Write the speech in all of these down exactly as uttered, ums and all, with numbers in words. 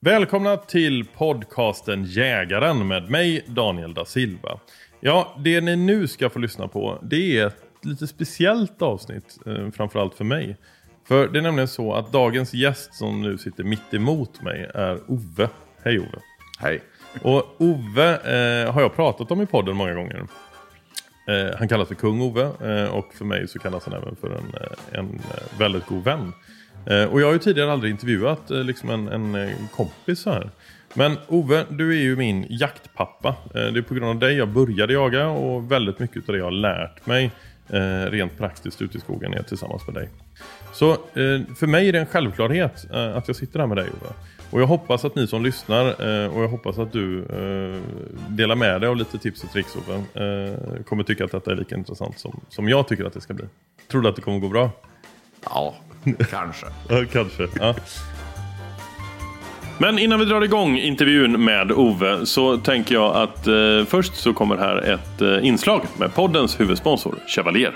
Välkomna till podcasten Jägaren med mig, Daniel da Silva. Ja, det ni nu ska få lyssna på, det är ett lite speciellt avsnitt, eh, framförallt för mig. För det är nämligen så att dagens gäst som nu sitter mitt emot mig är Ove. Hej Ove. Hej. Och Ove eh, har jag pratat om i podden många gånger. Eh, han kallas för Kung Ove eh, och för mig så kallas han även för en, en väldigt god vän. Eh, och jag har ju tidigare aldrig intervjuat eh, liksom en, en kompis så här. Men Ove, du är ju min jaktpappa. Eh, det är på grund av dig jag började jaga och väldigt mycket av det jag har lärt mig eh, rent praktiskt ute i skogen är tillsammans med dig. Så eh, för mig är det en självklarhet eh, att jag sitter här med dig, Ove. Och jag hoppas att ni som lyssnar eh, och jag hoppas att du eh, delar med dig av lite tips och tricks, Ove, eh, kommer tycka att detta är lika intressant som, som jag tycker att det ska bli. Tror du att det kommer gå bra? Ja, kanske. Ja, kanske, ja. Men innan vi drar igång intervjun med Ove så tänker jag att eh, först så kommer här ett eh, inslag med poddens huvudsponsor, Chevalier.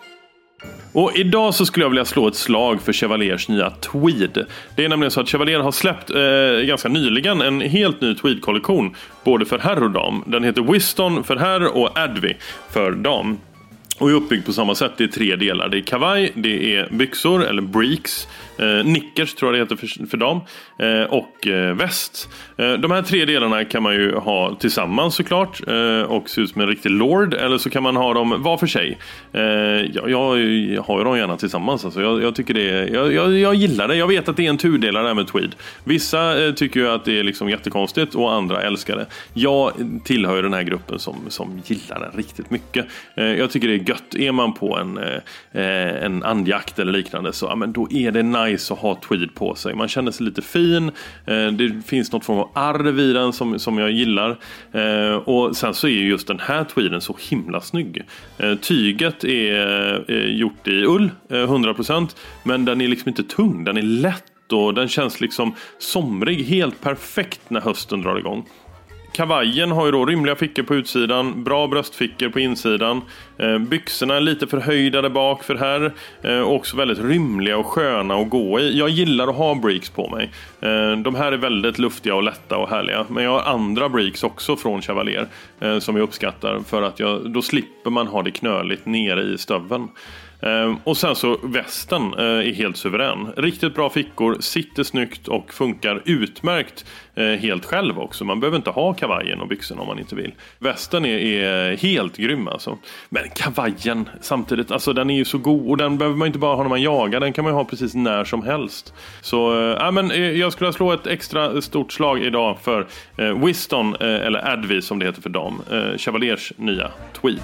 Och idag så skulle jag vilja slå ett slag för Chevaliers nya Tweed. Det är nämligen så att Chevalier har släppt eh, ganska nyligen en helt ny Tweed-kollektion, både för herr och dam. Den heter Wiston för herr och Advi för dam. Och är uppbyggd på samma sätt. Det är tre delar. Det är kavaj, det är byxor eller breeks, eh, knickers tror jag det heter för, för dam, eh, och eh, väst. Eh, de här tre delarna kan man ju ha tillsammans såklart eh, och se ut som en riktig lord, eller så kan man ha dem var för sig. Eh, jag, jag har ju dem gärna tillsammans. Alltså. Jag, jag tycker det är, jag, jag, jag gillar det. Jag vet att det är en turdelare där med tweed. Vissa eh, tycker ju att det är liksom jättekonstigt och andra älskar det. Jag tillhör ju den här gruppen som, som gillar den riktigt mycket. Eh, jag tycker det är gött. Är man på en, eh, en andjakt eller liknande så ja, men då är det nice att ha tweed på sig. Man känner sig lite fin. Eh, det finns något form av arv i den som, som jag gillar. Eh, och sen så är just den här tweeden så himla snygg. Eh, tyget är eh, gjort i ull, eh, hundra procent. Men den är liksom inte tung. Den är lätt och den känns liksom somrig. Helt perfekt när hösten drar igång. Kavajen har ju då rymliga fickor på utsidan, bra bröstfickor på insidan. Eh, byxorna är lite förhöjda där bak för här. Eh, också väldigt rymliga och sköna att gå i. Jag gillar att ha breeks på mig. Eh, de här är väldigt luftiga och lätta och härliga. Men jag har andra breeks också från Chevalier eh, som jag uppskattar. För att jag, då slipper man ha det knöligt nere i stöveln. Uh, och sen så västen uh, är helt suverän. Riktigt bra fickor, sitter snyggt och funkar utmärkt uh, helt själv också. Man behöver inte ha kavajen och byxorna om man inte vill. Västen är, är helt grym alltså. Men kavajen samtidigt, alltså den är ju så god. Och den behöver man inte bara ha när man jagar. Den kan man ju ha precis när som helst. Så uh, men, uh, jag skulle slå ett extra stort slag idag för uh, Wiston uh, eller Advi som det heter för dam. uh, Chevaliers nya tweed.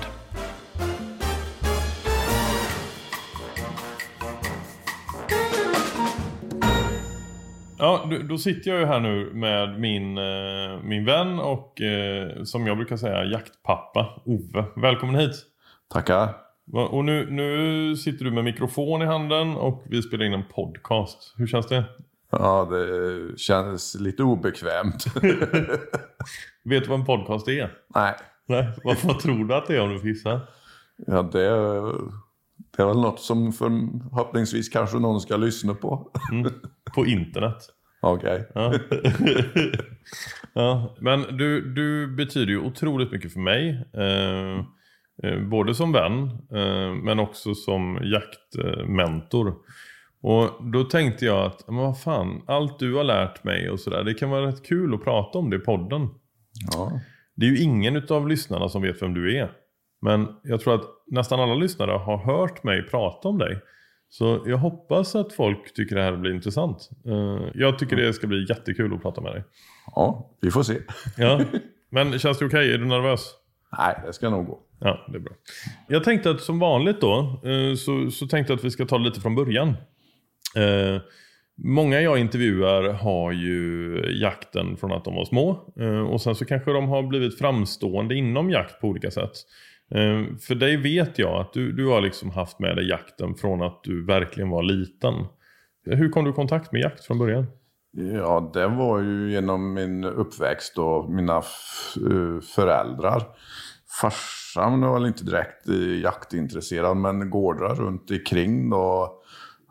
Ja, då sitter jag ju här nu med min, eh, min vän och eh, som jag brukar säga jaktpappa, Ove. Välkommen hit. Tackar. Och nu, nu sitter du med mikrofon i handen och vi spelar in en podcast. Hur känns det? Ja, det känns lite obekvämt. Vet du vad en podcast är? Nej. Nej. Vad, vad tror du att det är om du fissar? Ja, det är, det är väl något som förhoppningsvis kanske någon ska lyssna på. Mm. På internet. Okej. Okay. Ja. Ja, men du, du betyder ju otroligt mycket för mig. Eh, eh, både som vän eh, men också som jaktmentor. Och då tänkte jag att, men vad fan, allt du har lärt mig och sådär, det kan vara rätt kul att prata om det i podden. Ja. Det är ju ingen utav lyssnarna som vet vem du är. Men jag tror att nästan alla lyssnare har hört mig prata om dig. Så jag hoppas att folk tycker det här blir intressant. Jag tycker det ska bli jättekul att prata med dig. Ja, vi får se. Ja. Men känns det okej? Okay? Är du nervös? Nej, det ska nog gå. Ja, det är bra. Jag tänkte att som vanligt då så, så tänkte jag att vi ska ta det lite från början. Eh, många jag intervjuar har ju jakten från att de var små. Eh, och sen så kanske de har blivit framstående inom jakt på olika sätt. Eh, för dig vet jag att du, du har liksom haft med dig jakten från att du verkligen var liten. Hur kom du i kontakt med jakt från början? Ja, det var ju genom min uppväxt och mina f- föräldrar. Farsan var väl inte direkt jaktintresserad, men gårdar runt omkring då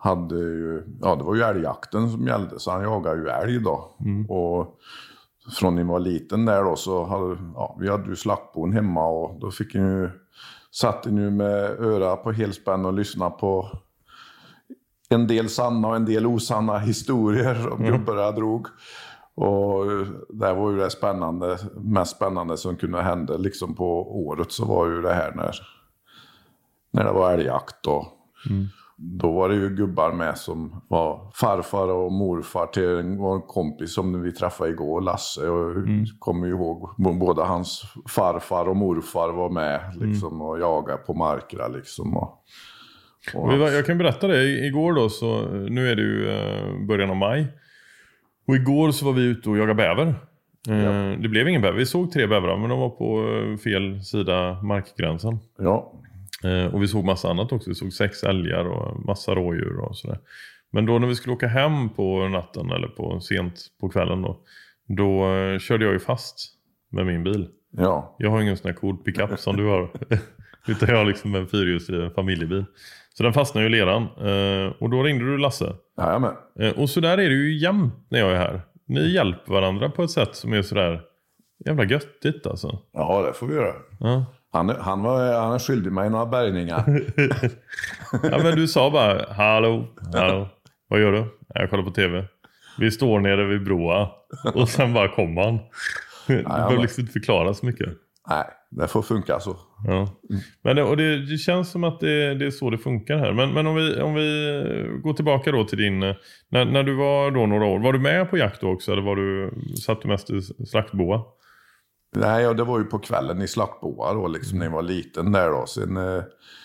hade ju, ja det var ju älgjakten som gällde, så han jagade ju älg då. Mm. Och från när jag var liten där då så hade, ja, vi hade ju slaktbon hemma och då fick jag ju, satt jag nu med öra på helspänn och lyssna på en del sanna och en del osanna historier som mm. gubbarna drog. Och det var ju det spännande, mest spännande som kunde hända liksom på året, så var ju det här när, när det var älgjakt då. Mm. Då var det ju gubbar med som var farfar och morfar till en, var en kompis som vi träffade igår, Lasse. Och mm. kommer ju ihåg, båda hans farfar och morfar var med liksom, mm. och jagade på markerna liksom. Och, och och jag kan berätta det, igår då, så nu är det ju början av maj. Och igår så var vi ute och jagade bäver. Ja. Det blev ingen bäver, vi såg tre bävrar men de var på fel sida markgränsen. Ja. Och vi såg massa annat också. Vi såg sex älgar och massa rådjur och sådär. Men då när vi skulle åka hem på natten eller på sent på kvällen då, då körde jag ju fast med min bil. Ja. Jag har ingen sån här cool pickup som du har. Utan jag har liksom en fyrhjulsdriven familjebil. Så den fastnade ju i leran. Och då ringde du Lasse. Jajamän. Och så där är det ju jämt när jag är här. Ni hjälper varandra på ett sätt som är sådär jävla göttigt alltså. Ja, det får vi göra. Ja. Han, han, var, han är skyldig mig några bärgningar. Ja, men du sa bara, hallå, hallå, vad gör du? Jag kollar på tv. Vi står nere vid broa. Och sen bara kommer han. Du behöver liksom inte förklara så mycket. Nej, det får funka så. Ja. Men det, och det, det känns som att det, det är så det funkar här. Men, men om, vi, om vi går tillbaka då till din... När, när du var då några år, var du med på jakt då också? Eller var du, satt du mest i slaktboa? Nej, ja, det var ju på kvällen i slaktboa då, liksom när jag var liten där då. Sen eh,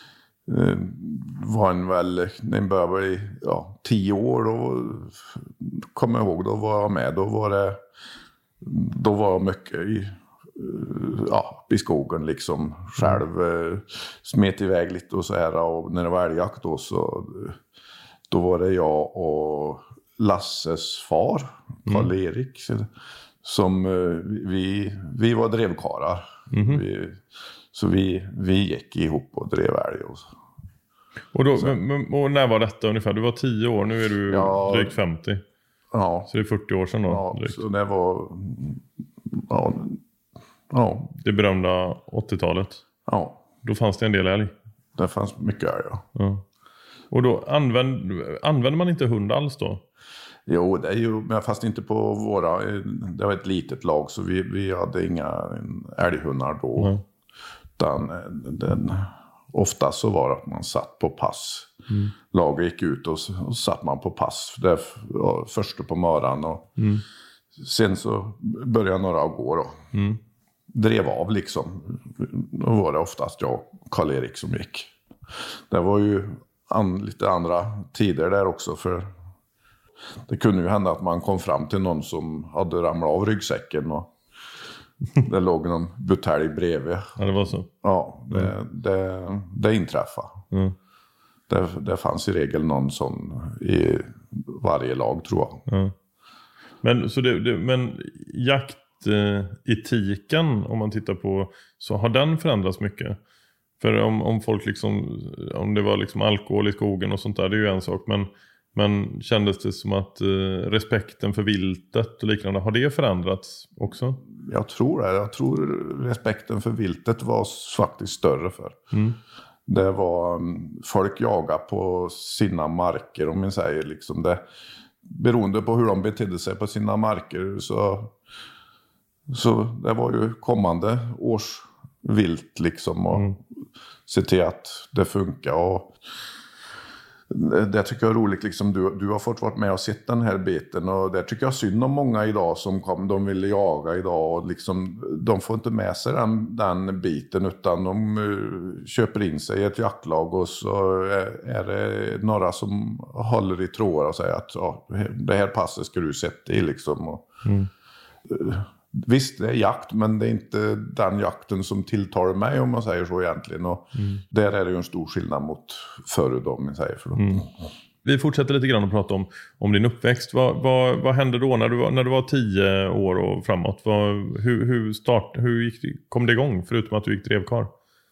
var en väl, när jag började i ja, tio år då, kommer jag ihåg, då var jag med. Då var det, då var jag mycket i, ja, i skogen liksom själv. Eh, smet iväg lite och så här. Och när det var älgjakt då så, då var det jag och Lasses far, Karl-Erik, mm. som vi, vi var drevkarar. Mm-hmm. Vi, så vi, vi gick ihop och drev älg. Och, och, då, men, och när var detta ungefär? Du var tio år, nu är du ja, drygt femtio. Ja. Så det är fyrtio år sedan då? Ja, drygt. Så det var... Ja, ja. Det berömda åttiotalet? Ja. Då fanns det en del älg? Det fanns mycket älg, ja. ja. Och då använder, använder man inte hund alls då? Jo, det är ju, men fast inte på våra, det var ett litet lag så vi, vi hade inga älghundar då. Mm. Utan den, ofta så var det att man satt på pass. Mm. Laget gick ut och, och satt man på pass. Det var först på morgonen och mm. sen så började några att gå då. Mm. Drev av liksom. Då var det oftast jag och Karl-Erik som gick. Det var ju an, lite andra tider där också för... Det kunde ju hända att man kom fram till någon som hade ramlat av ryggsäcken och det låg någon butelj bredvid. Ja, det var så. Ja, det, mm. det, det inträffade. Mm. Det, det fanns i regel någon sån i varje lag, tror jag. Mm. Men, så det, det, men jaktetiken, om man tittar på, så har den förändrats mycket? För om, om folk liksom, om det var liksom alkohol i skogen och sånt där, det är ju en sak, men Men kändes det som att eh, respekten för viltet och liknande, har det förändrats också? Jag tror det. Jag tror respekten för viltet var faktiskt större för. Mm. Det var, folk jagar på sina marker, om man säger liksom det. Beroende på hur de betedde sig på sina marker så, så det var ju kommande års vilt liksom och mm. se till att det funkar. Och det tycker jag är roligt liksom, du, du har fått vara med och sett den här biten och det tycker jag synd om många idag som kom, de vill jaga idag och liksom, de får inte med sig den, den biten utan de uh, köper in sig i ett jaktlag och så är, är det några som håller i trådar och säger att ja, det här passet ska du sätta i liksom och, mm. uh, visst, det är jakt, men det är inte den jakten som tilltalar mig om man säger så egentligen. Och mm. där är det ju en stor skillnad mot förr då, om man säger för dem. Mm. Vi fortsätter lite grann att prata om, om din uppväxt. Vad, vad, vad hände då när du var, när du var tio år och framåt? Vad, hur, hur, start, hur gick det, kom det igång, förutom att du gick drevkar?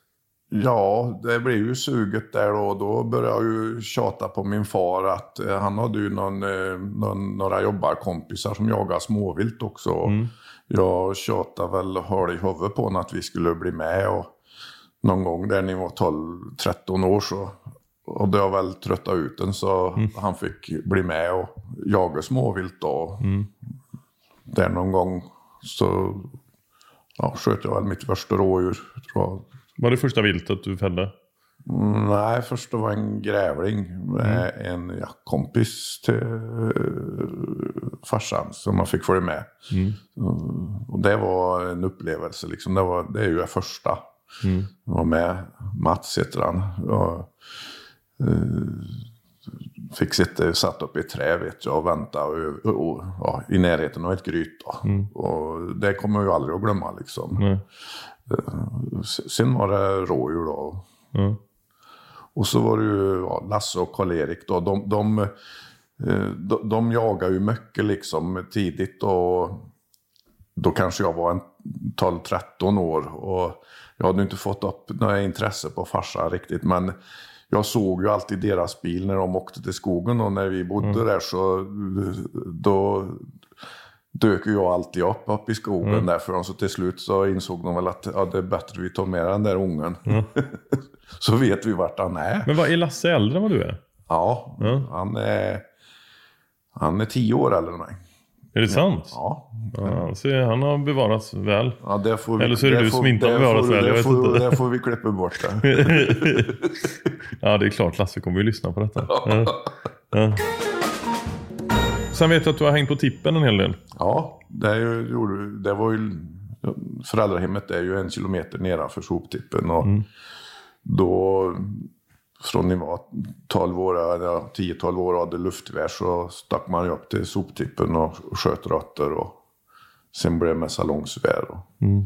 Ja, det blev ju suget där då. Då började jag ju tjata på min far att eh, han hade ju någon, eh, någon, några jobbarkompisar som jagade småvilt också. Mm. Jag tjatade väl hål i huvudet på honom att vi skulle bli med. Och någon gång där ni var tolv tretton år så... Och det har väl tröttat ut den så mm. han fick bli med och jaga småvilt då. Mm. Där någon gång så ja, sköt jag väl mitt första rådjur, tror jag. Var det första viltet du fällde? Mm, nej, första var en grävling med mm. en ja, kompis till uh, farsan som man fick följa med. Mm. Uh, och det var en upplevelse liksom. Det, var, det är ju det första. Mm. Jag var med Mats heter han. Och, uh, fick sitta satt upp i trä vet jag och vänta och, och, och, ja, i närheten av ett gryt då. Mm. Och det kommer jag ju aldrig att glömma liksom. Mm. Uh, sen var det rådjur då. Mm. Och så var det ju ja, Lasse och Karl-Erik då. De, de, de, de jagar ju mycket liksom tidigt och då kanske jag var en tolv tretton år och jag hade inte fått upp några intresse på farsan riktigt, men jag såg ju alltid deras bil när de åkte till skogen och när vi bodde mm. där så då dök jag alltid upp, upp i skogen mm. där för dem, så till slut så insåg de väl att ja, det är bättre att vi tar med den där ungen. Mm. Så vet vi vart han är. Men vad är Lasse äldre än vad du är? Ja, mm. han är han är tio år äldre än mig. Är det sant? Ja. ja så han har bevarats väl. Ja, det får vi, eller så är det, det du får, som inte har bevarats får, väl. Jag det, vet får, inte. det får vi klippa bort det. Ja, det är klart. Lasse kommer ju lyssna på detta. Ja. Ja. Sen vet jag att du har hängt på tippen en hel del. Ja, det, är ju, det var ju... Föräldrahemmet är ju en kilometer nedanför soptippen. Och mm. då... Från ni var tolv år, ja, tio tolv år och hade luftgevär så stack man upp till soptippen och sköt rötter och sen blev det med salongsgevär. Mm.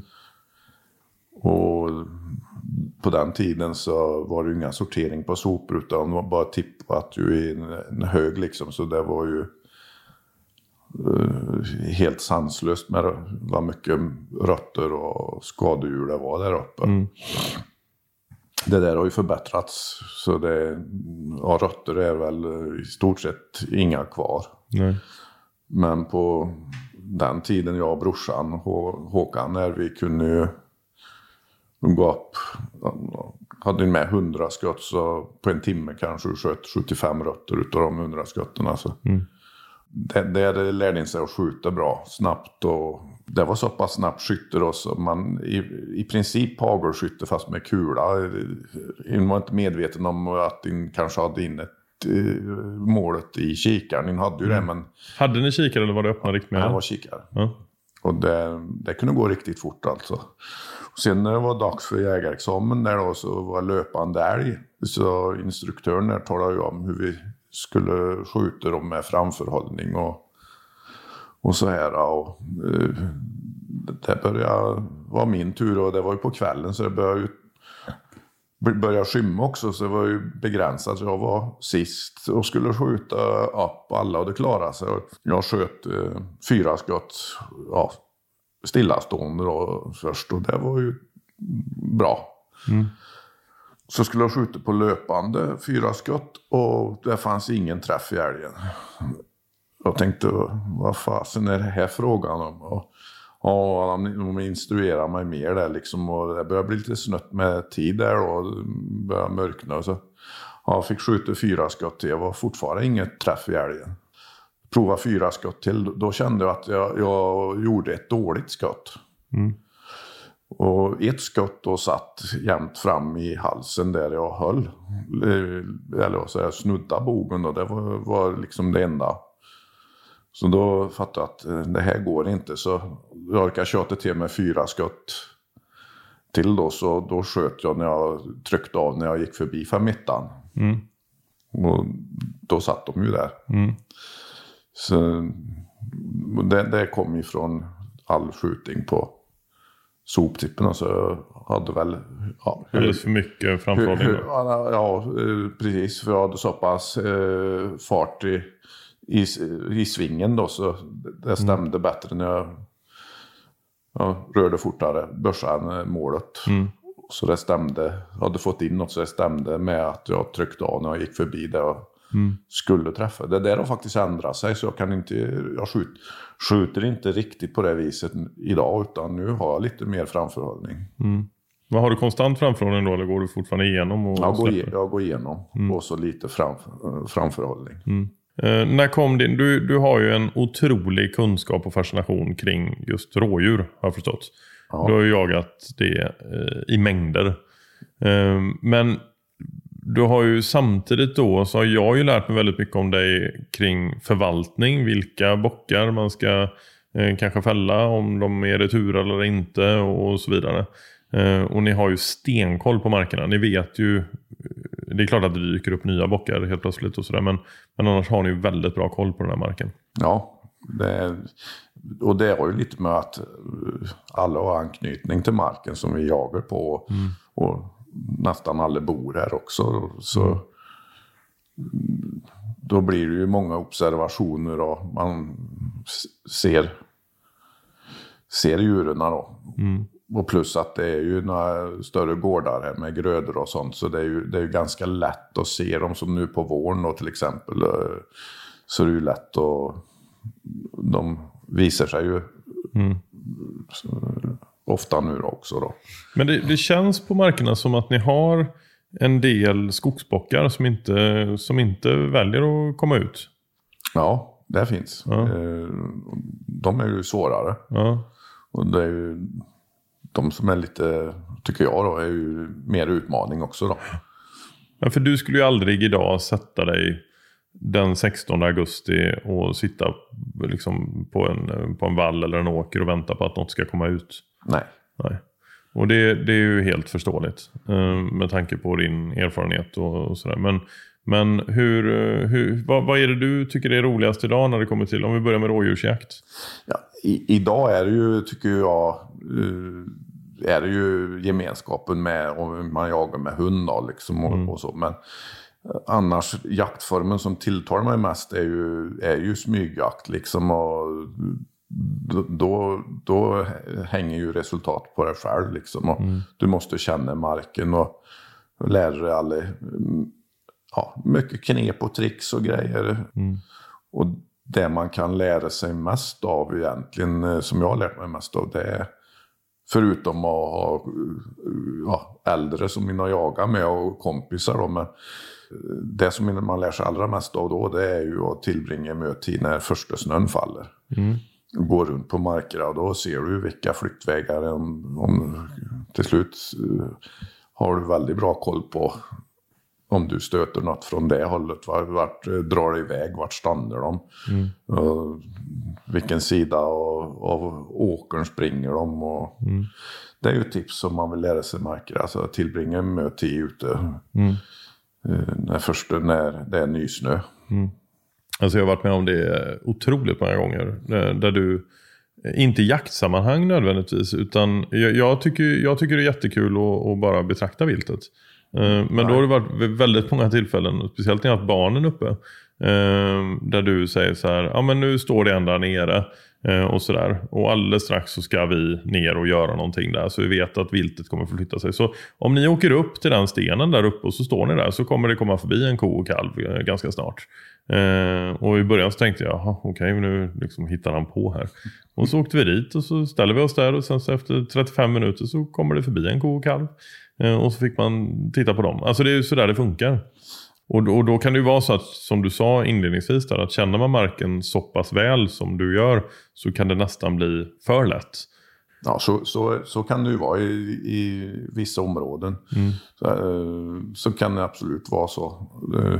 Och på den tiden så var det inga sortering på sopor utan det var bara tippat ju i en, en hög liksom, så det var ju uh, helt sanslöst med vad mycket rötter och skadedjur det var där uppe. Mm. Det där har ju förbättrats så det, ja, rötter är väl i stort sett inga kvar. Nej. Men på den tiden jag och brorsan Håkan när vi kunde ju gå upp, hade med hundra skott så på en timme kanske du sköt sjuttiofem rötter utav de hundra skotten alltså. Mm. Det, det lärde sig att skjuta bra, snabbt och det var så pass snabbt skytte då så man i, i princip hagelskytte fast med kula. Man var inte medveten om att den kanske hade in ett uh, målet i kikaren. Den hade ju mm. det men... Hade ni kikare eller var det öppna rikt med? Ja, det var kikare. Ja. Och det, det kunde gå riktigt fort alltså. Och sen när det var dags för jägarexamen där då så var löpande älg. Så instruktören där talade ju om hur vi skulle skjuta dem med framförhållning och Och så här och uh, det började vara min tur och det var ju på kvällen så det började ju började skymma också så det var ju begränsat. Jag var sist och skulle skjuta upp alla och det klarade sig. Jag sköt uh, fyra skott ja, stillastående då först och det var ju bra. Mm. Så skulle jag skjuta på löpande fyra skott och det fanns ingen träff i älgen. Jag tänkte, vad fasen är det här frågan om? Och, och de instruerar mig mer där liksom. Och det började bli lite snött med tid där då. Det började mörkna. Och så, ja, jag fick skjuta fyra skott till. Jag var fortfarande inget träff i älgen. Prova fyra skott till. Då kände jag att jag, jag gjorde ett dåligt skott. Mm. Och ett skott då satt jämt fram i halsen där jag höll. Eller så jag snuddade bogen och det var, var liksom det enda. Så då fattade jag att det här går inte. Så jag orkade köta till med fyra skott till då. Så då sköt jag när jag tryckte av när jag gick förbi femmettan. Mm. Och då satt de ju där. Mm. Så det, det kom ju från all skjutning på soptippen. Och så jag hade väl... Ja, alldeles för mycket framförhållning. Ja, precis. För jag hade så pass eh, fart i... I, i svingen då så det stämde mm. bättre när jag, jag rörde fortare börsan målet mm. Så det stämde, jag hade fått in något så det stämde med att jag tryckte av när jag gick förbi det jag mm. skulle träffa. Det där har faktiskt ändrat sig så jag kan inte, jag skjut, skjuter inte riktigt på det viset idag utan nu har jag lite mer framförhållning. Mm. Vad har du konstant framförhållning då eller går du fortfarande igenom? Och jag, går, jag går igenom mm. och så lite fram, framförhållning. Mm. Eh, när kom din, du, du har ju en otrolig kunskap och fascination kring just rådjur har jag förstått. Ja. Du har ju jagat det eh, i mängder. Eh, men du har ju samtidigt då så har jag ju lärt mig väldigt mycket om dig kring förvaltning. Vilka bockar man ska eh, kanske fälla om de är retur eller inte och så vidare. Eh, och ni har ju stenkoll på markerna. Ni vet ju, det är klart att det dyker upp nya bockar helt plötsligt och sådär. Men, men annars har ni ju väldigt bra koll på den här marken. Ja, det, och det har ju lite med att alla har anknytning till marken som vi jagar på. Mm. Och nästan alla bor här också. Så mm. då blir det ju många observationer och man ser, ser djuren då. Mm. Och plus att det är ju några större gårdar här med grödor och sånt. Så det är ju, det är ju ganska lätt att se dem som nu på våren då till exempel. Så det är ju lätt att de visar sig ju mm. ofta nu också då. Men det, det känns på markerna som att ni har en del skogsbockar som inte, som inte väljer att komma ut. Ja, det finns. Ja. De är ju svårare. Ja. Och det är ju de som är lite, tycker jag då, är ju mer utmaning också då. Ja, för du skulle ju aldrig idag sätta dig den sextonde augusti och sitta liksom på en, på en vall eller en åker och vänta på att något ska komma ut. Nej. Nej. Och det, det är ju helt förståeligt med tanke på din erfarenhet och, och sådär. Men, men hur, hur, vad, vad är det du tycker är roligast idag när det kommer till, om vi börjar med rådjursjakt? Ja, i, idag är det ju, tycker jag, är det ju gemenskapen med, om man jagar med hund då, liksom och, mm. och så. Men annars, jaktformen som tilltalar mig mest är ju, är ju smygjakt liksom, och då, då hänger ju resultat på dig själv liksom, och mm. du måste känna marken och lära dig alla, ja, mycket knep och tricks och grejer. Mm. Och det man kan lära sig mest av egentligen, som jag har lärt mig mest av, det är, förutom att ha ja, äldre som mina jagar med och kompisar då, men det som man lär sig allra mest av då, det är ju att tillbringa mötid när första snön faller. Mm. Gå runt på markerna och då ser du vilka flyktvägar om, om till slut har du väldigt bra koll på om du stöter något från det hållet. Vart, vart drar det iväg, vart stannar de? Mm. Och vilken sida av, av åkern springer de? Och mm. det är ju tips som man vill lära sig marker. Alltså tillbringa mötid ute mm. när, först, när det är nysnö. Mm. Alltså jag har varit med om det otroligt många gånger. Där du, inte i jaktsammanhang nödvändigtvis, utan jag, jag, tycker, jag tycker det är jättekul att, att bara betrakta viltet. Men Nej. Då har det varit väldigt många tillfällen, speciellt när jag har haft barnen uppe, där du säger så här, ja men nu står det ända nere och sådär. Och alldeles strax så ska vi ner och göra någonting där, så vi vet att viltet kommer förflytta sig. Så om ni åker upp till den stenen där uppe och så står ni där, så kommer det komma förbi en ko och kalv ganska snart. Uh, och i början så tänkte jag, okej, okay, nu liksom hittar han på här. Och så åkte vi dit och så ställer vi oss där, och sen så efter trettiofem minuter så kommer det förbi en ko och kalv. Uh, och så fick man titta på dem. Alltså det är ju så där det funkar. Och då, och då kan det ju vara så att, som du sa inledningsvis där, att känner man marken så pass väl som du gör, så kan det nästan bli för lätt. Ja, så, så, så kan det ju vara i, i vissa områden. Mm. Så, uh, så kan det absolut vara så. Uh,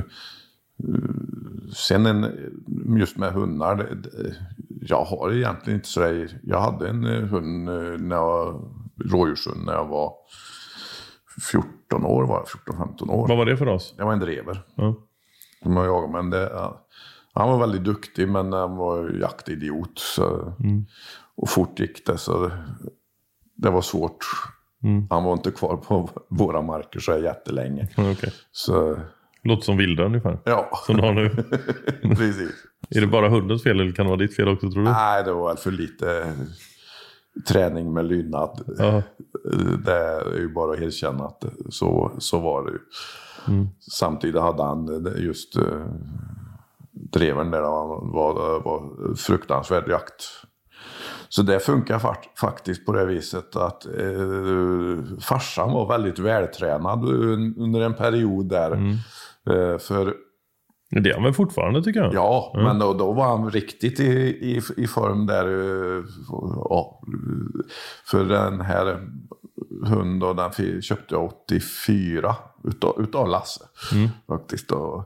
Sen en, just med hundar, jag har egentligen inte så. Jag hade en hund när jag, rådjurshund när jag var fjorton år, var fjorton femton år. Vad var det för oss? Jag var en drever. Mm. Jag, men det, ja, han var väldigt duktig, men han var jaktidiot. Så, mm. Och fort gick det, så det var svårt. Mm. Han var inte kvar på våra marker så jättelänge. Mm, okay. Så låter som vilda ungefär. Ja. Som du har nu. Precis. Är det bara hundens fel eller kan det vara ditt fel också, tror du? Nej, det var för lite träning med lydnad. Ja. Det är ju bara att erkänna att så, så var det ju. Mm. Samtidigt hade han just uh, dreven där var, var, var fruktansvärd jakt. Så det funkar fakt- faktiskt på det viset att uh, farsan var väldigt vältränad under en period där. Mm. Uh, för det är han väl fortfarande tycker jag. Ja, mm. men då, då var han riktigt i, i, i form där. Ja, för den här hunden den köpte jag åttiofyra utav, utav Lasse. Mm. Faktiskt. Och,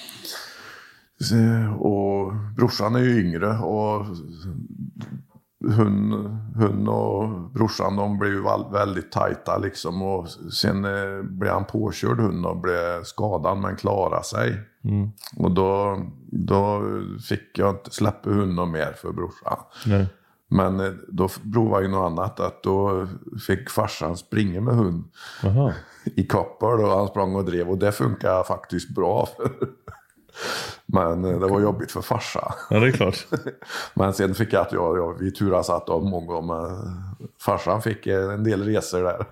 och brorsan är ju yngre och hon, hon och brorsan de blev ju väldigt tajta liksom. Och sen eh, blev han påkörd hund och blev skadad men klarade sig. Mm. Och då, då fick jag inte släppa hunden mer för brorsan. Nej. Men eh, då provade jag något annat. Att då fick farsan springa med hund. Aha. I koppar och han sprang och drev. Och det funkar faktiskt bra. Men det var jobbigt för farsa. Ja, det är klart. Men sen fick jag att jag, jag vi turas att om många gånger. Farsan fick en del resor där.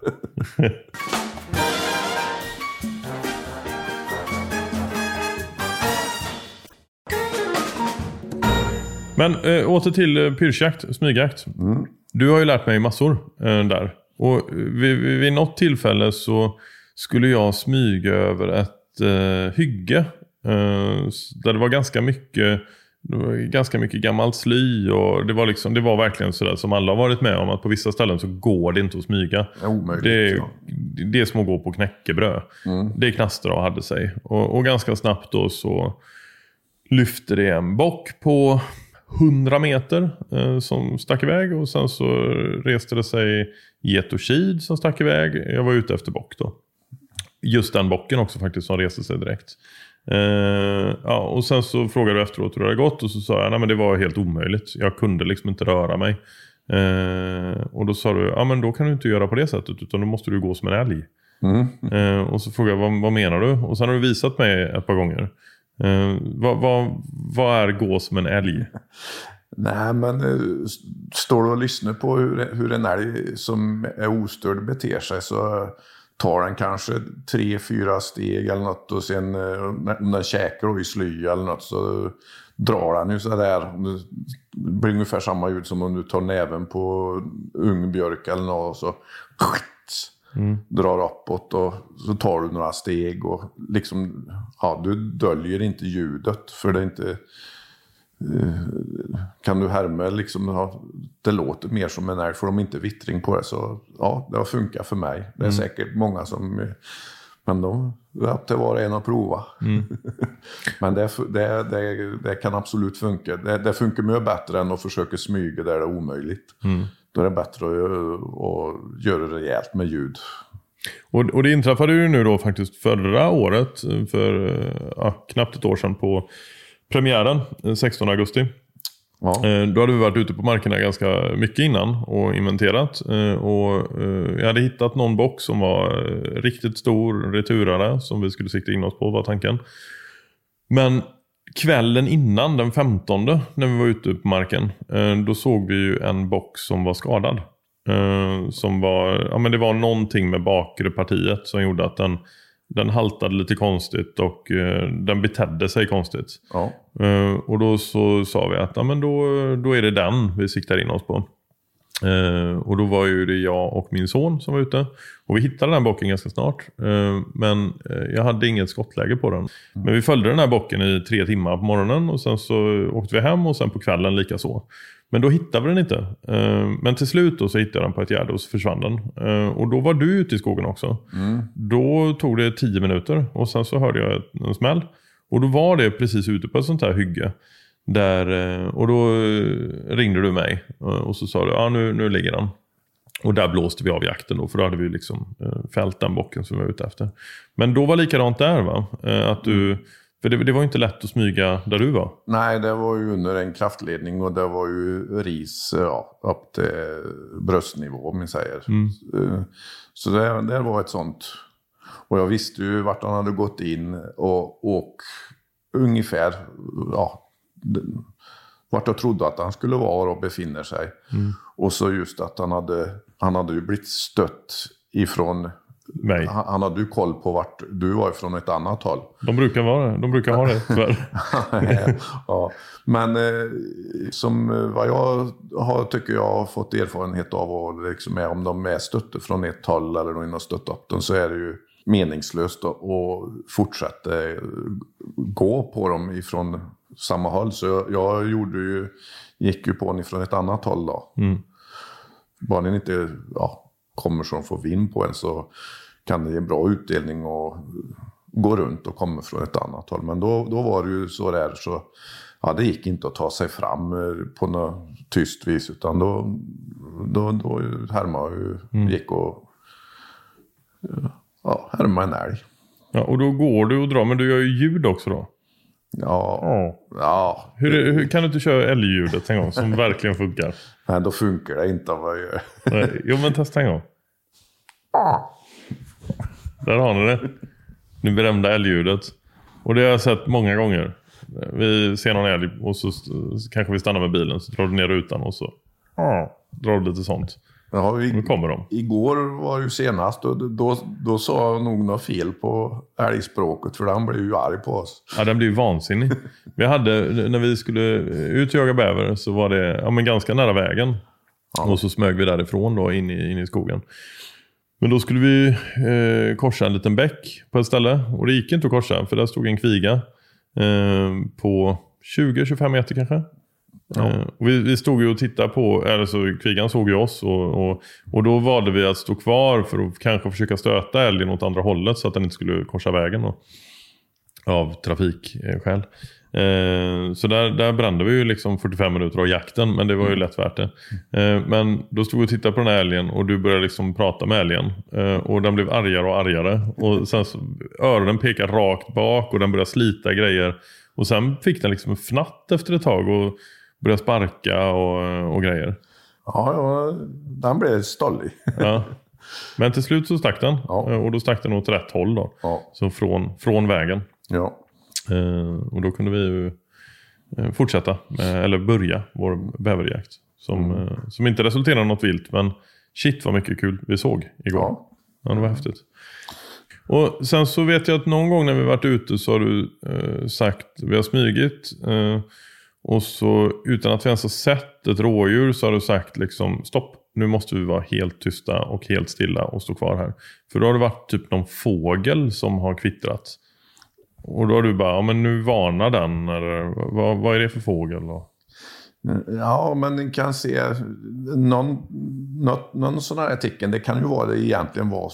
Men äh, åter till äh, pyrschjakt, smygjakt. Mm. Du har ju lärt mig massor äh, där. Och vid, vid något tillfälle så skulle jag smyga över ett äh, hygge. Uh, där det var ganska mycket det var ganska mycket gammalt sly och det var liksom det var verkligen så där som alla har varit med om att på vissa ställen så går det inte att smyga. Omöjligt, det är ja. det är som att gå på knäckebröd. Mm. Det knastra och hade sig och, och ganska snabbt då så lyfte det en bock på hundra meter eh, som stack iväg och sen så reste det sig get och kid som stack iväg. Jag var ute efter bock då. Just den bocken också faktiskt som reste sig direkt. Uh, ja, och sen så frågade du efteråt hur det hade gått och så sa jag, nej men det var helt omöjligt. Jag kunde liksom inte röra mig. Uh, och då sa du, ja men då kan du inte göra på det sättet utan då måste du gå som en älg. Mm. Uh, och så frågade jag, vad, vad menar du? Och sen har du visat mig ett par gånger. Uh, vad, vad, vad är gå som en älg? Nej men står du och lyssnar på hur, hur en älg som är ostörd beter sig så tar den kanske tre, fyra steg eller något och sen om den käkar i sly eller något så drar den ju sådär. Det blir ungefär samma ljud som om du tar näven på ung björk eller något och så mm. drar uppåt och så tar du några steg och liksom, ja du döljer inte ljudet för det är inte kan du härma liksom, ja, det låter mer som en älg för de inte vittring på det så ja, det har funkat för mig. Det är mm. säkert många som men de ja, det var en att prova. Mm. Men det, det, det, det kan absolut funka. Det, det funkar mycket bättre än att försöka smyga där det är omöjligt. Mm. Då är det bättre att, att göra det rejält med ljud. Och, och det inträffade ju nu då faktiskt förra året för ja, knappt ett år sedan på premiären, sextonde augusti. Ja. Då hade vi varit ute på markerna ganska mycket innan och inventerat. Och jag hade hittat någon bock som var riktigt stor returare som vi skulle sikta in oss på var tanken. Men kvällen innan, den femtonde, när vi var ute på marken, då såg vi ju en bock som var skadad. Som var, ja men det var någonting med bakre partiet som gjorde att den Den haltade lite konstigt och uh, den betedde sig konstigt. Ja. Uh, och då så sa vi att ja, men då, då är det den vi siktar in oss på. Uh, och då var ju det jag och min son som var ute. Och vi hittade den bocken ganska snart. Uh, men uh, jag hade inget skottläge på den. Mm. Men vi följde den här bocken i tre timmar på morgonen. Och sen så åkte vi hem och sen på kvällen lika så. Men då hittade vi den inte. Uh, men till slut då så hittade jag den på ett gärde och så försvann den. Uh, och då var du ute i skogen också. Mm. Då tog det tio minuter och sen så hörde jag en smäll. Och då var det precis ute på ett sånt här hygge. Där, uh, och då ringde du mig uh, och så sa du, ja ah, nu, nu ligger den. Och där blåste vi av jakten då, för då hade vi liksom uh, fällt den bocken som vi var ute efter. Men då var likadant där va? Uh, att du... Mm. För det, det var ju inte lätt att smyga där du var. Nej, det var ju under en kraftledning och det var ju ris ja, upp till bröstnivå, om man säger. Mm. Så det, det var ett sånt. Och jag visste ju vart han hade gått in och, och ungefär ja, vart jag trodde att han skulle vara och befinner sig. Mm. Och så just att han hade, han hade ju blivit stött ifrån mig. Han, han hade ju koll på vart du var ifrån ett annat håll. De brukar vara de brukar ha det tyvärr. Ja, men eh, som vad jag har, tycker jag har fått erfarenhet av och liksom är, om de är stötte från ett håll eller de har stött upp dem, så är det ju meningslöst att fortsätta gå på dem ifrån samma håll. Så jag, jag gjorde ju, gick ju på den ifrån ett annat håll då. Mm. Bara den inte ja, kommer som får vinn på en, så kan det ge en bra utdelning och gå runt och komma från ett annat håll. Men då, då var det ju så där, så ja, det gick inte att ta sig fram på något tyst vis, utan då, då, då härmade ju, mm. gick och ja, härmade en älg. Ja, och då går du och drar, men du gör ju ljud också då. Ja. Oh. ja. Hur, hur kan du inte köra älgljudet en gång som verkligen funkar? Nej, då funkar det inte vad jag gör. Nej, jo, men testa en gång. Där har ni det. Nu berömda älgljudet. Och det har jag sett många gånger. Vi ser någon älg och så, så kanske vi stannar med bilen, så drar du ner rutan och så drar du lite sånt. Ja, vi, nu kommer de. Igår var ju senast och då, då, då sa jag nog något fel på älgspråket, för den blev ju arg på oss. Ja, den blev ju vansinnig. Vi hade, när vi skulle ut och jaga bäver, så var det ja, men ganska nära vägen. Ja. Och så smög vi därifrån då in i, in i skogen. Men då skulle vi eh, korsa en liten bäck på ett ställe. Och det gick inte att korsa, för där stod en kviga eh, på tjugo till tjugofem meter kanske. Ja. Eh, och vi, vi stod ju och tittade på, eller så kvigan såg ju oss. Och, och, och då valde vi att stå kvar för att kanske försöka stöta älgen åt andra hållet, så att den inte skulle korsa vägen då, av trafikskäl. Eh, så där, där brände vi ju liksom fyrtiofem minuter av jakten, men det var ju lätt värt det. Eh, men då stod vi och tittade på den här älgen och du började liksom prata med älgen. Eh, och den blev argare och argare. Och sen så, öronen pekade rakt bak och den började slita grejer. Och sen fick den liksom en fnatt efter ett tag och började sparka och, och grejer. Ja, ja, den blev stollig. Ja. Men till slut så stack den. Ja. Och då stack den åt rätt håll då. Ja. Så från, från vägen. Ja. Uh, och då kunde vi ju uh, fortsätta uh, eller börja vår bäverjakt som, mm. uh, som inte resulterade i något vilt, men shit vad mycket kul vi såg igår. Ja, ja det var häftigt. Och sen så vet jag att någon gång när vi varit ute så har du uh, sagt, vi har smygit uh, och så utan att vi ens har sett ett rådjur så har du sagt liksom stopp, nu måste vi vara helt tysta och helt stilla och stå kvar här. För då har det varit typ någon fågel som har kvittrat. Och då har du bara, ja men nu varnar den, eller vad, vad är det för fågel då? Ja, men ni kan se någon, något, någon sån här tecken, det kan ju vara det egentligen vara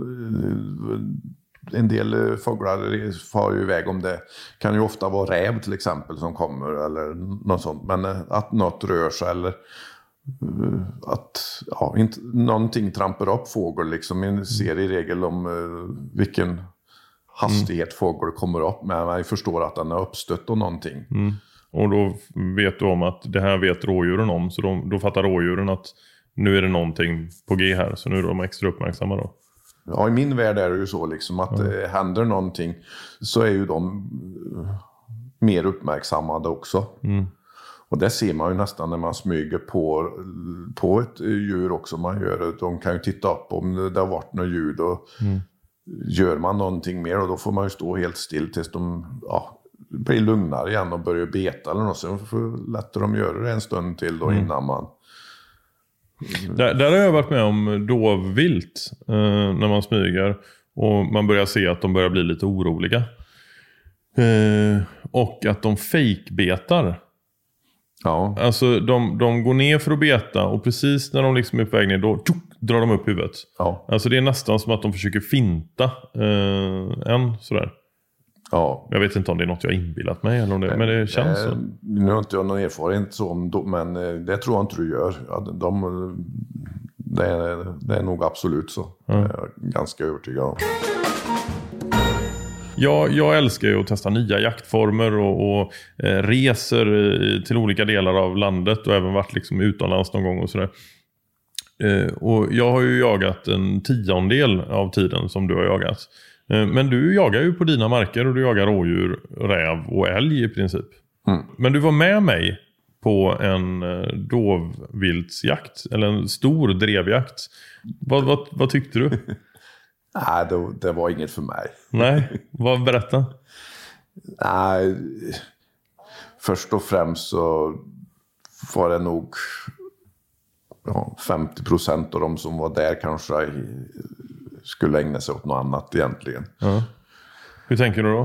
en del fåglar far ju iväg, om det kan ju ofta vara räv till exempel som kommer eller något sånt, men att något rör sig eller att ja, inte, någonting trampar upp fågel liksom. Man ser i regel om vilken hastighet fågel kommer upp, men man förstår att den har uppstött och någonting. Mm. Och då vet du om att det här vet rådjuren om, så de, då fattar rådjuren att nu är det någonting på G här, så nu är de extra uppmärksamma då. Ja, i min värld är det ju så liksom att mm. det händer någonting så är ju de mer uppmärksammade också. Mm. Och det ser man ju nästan när man smyger på, på ett djur också. Man gör, de kan ju titta upp om det har varit något ljud och mm. gör man någonting mer, och då får man ju stå helt still tills de ja, blir lugnare igen och börjar beta eller något. Så lättare de gör det en stund till då mm. innan man... Där, där har jag varit med om dovvilt eh, när man smyger och man börjar se att de börjar bli lite oroliga. Eh, och att de fake-betar. Ja. Alltså de, de går ner för att beta och precis när de liksom är på väg ner då tjuk, drar de upp huvudet. Ja. Alltså det är nästan som att de försöker finta eh, en sådär. Ja. Jag vet inte om det är något jag inbillat mig eller om det, men, men det känns äh, så. Nu har inte jag någon erfarenhet så om, men det tror jag inte du gör. Ja, de, det, är, det är nog absolut så. Mm. Jag är ganska övertygad om. Ja, jag älskar ju att testa nya jaktformer och, och eh, reser i, till olika delar av landet och även varit liksom utomlands någon gång och sådär. Eh, och jag har ju jagat en tiondel av tiden som du har jagat. Eh, men du jagar ju på dina marker och du jagar rådjur, räv och älg i princip. Mm. Men du var med mig på en dovviltsjakt eller en stor drevjakt. Vad, vad, vad tyckte du? Nej, det, det var inget för mig. Nej, vad berätta? Nej, först och främst så var det nog ja, femtio procent av de som var där kanske skulle ägna sig åt något annat egentligen. Ja. Hur tänker du då?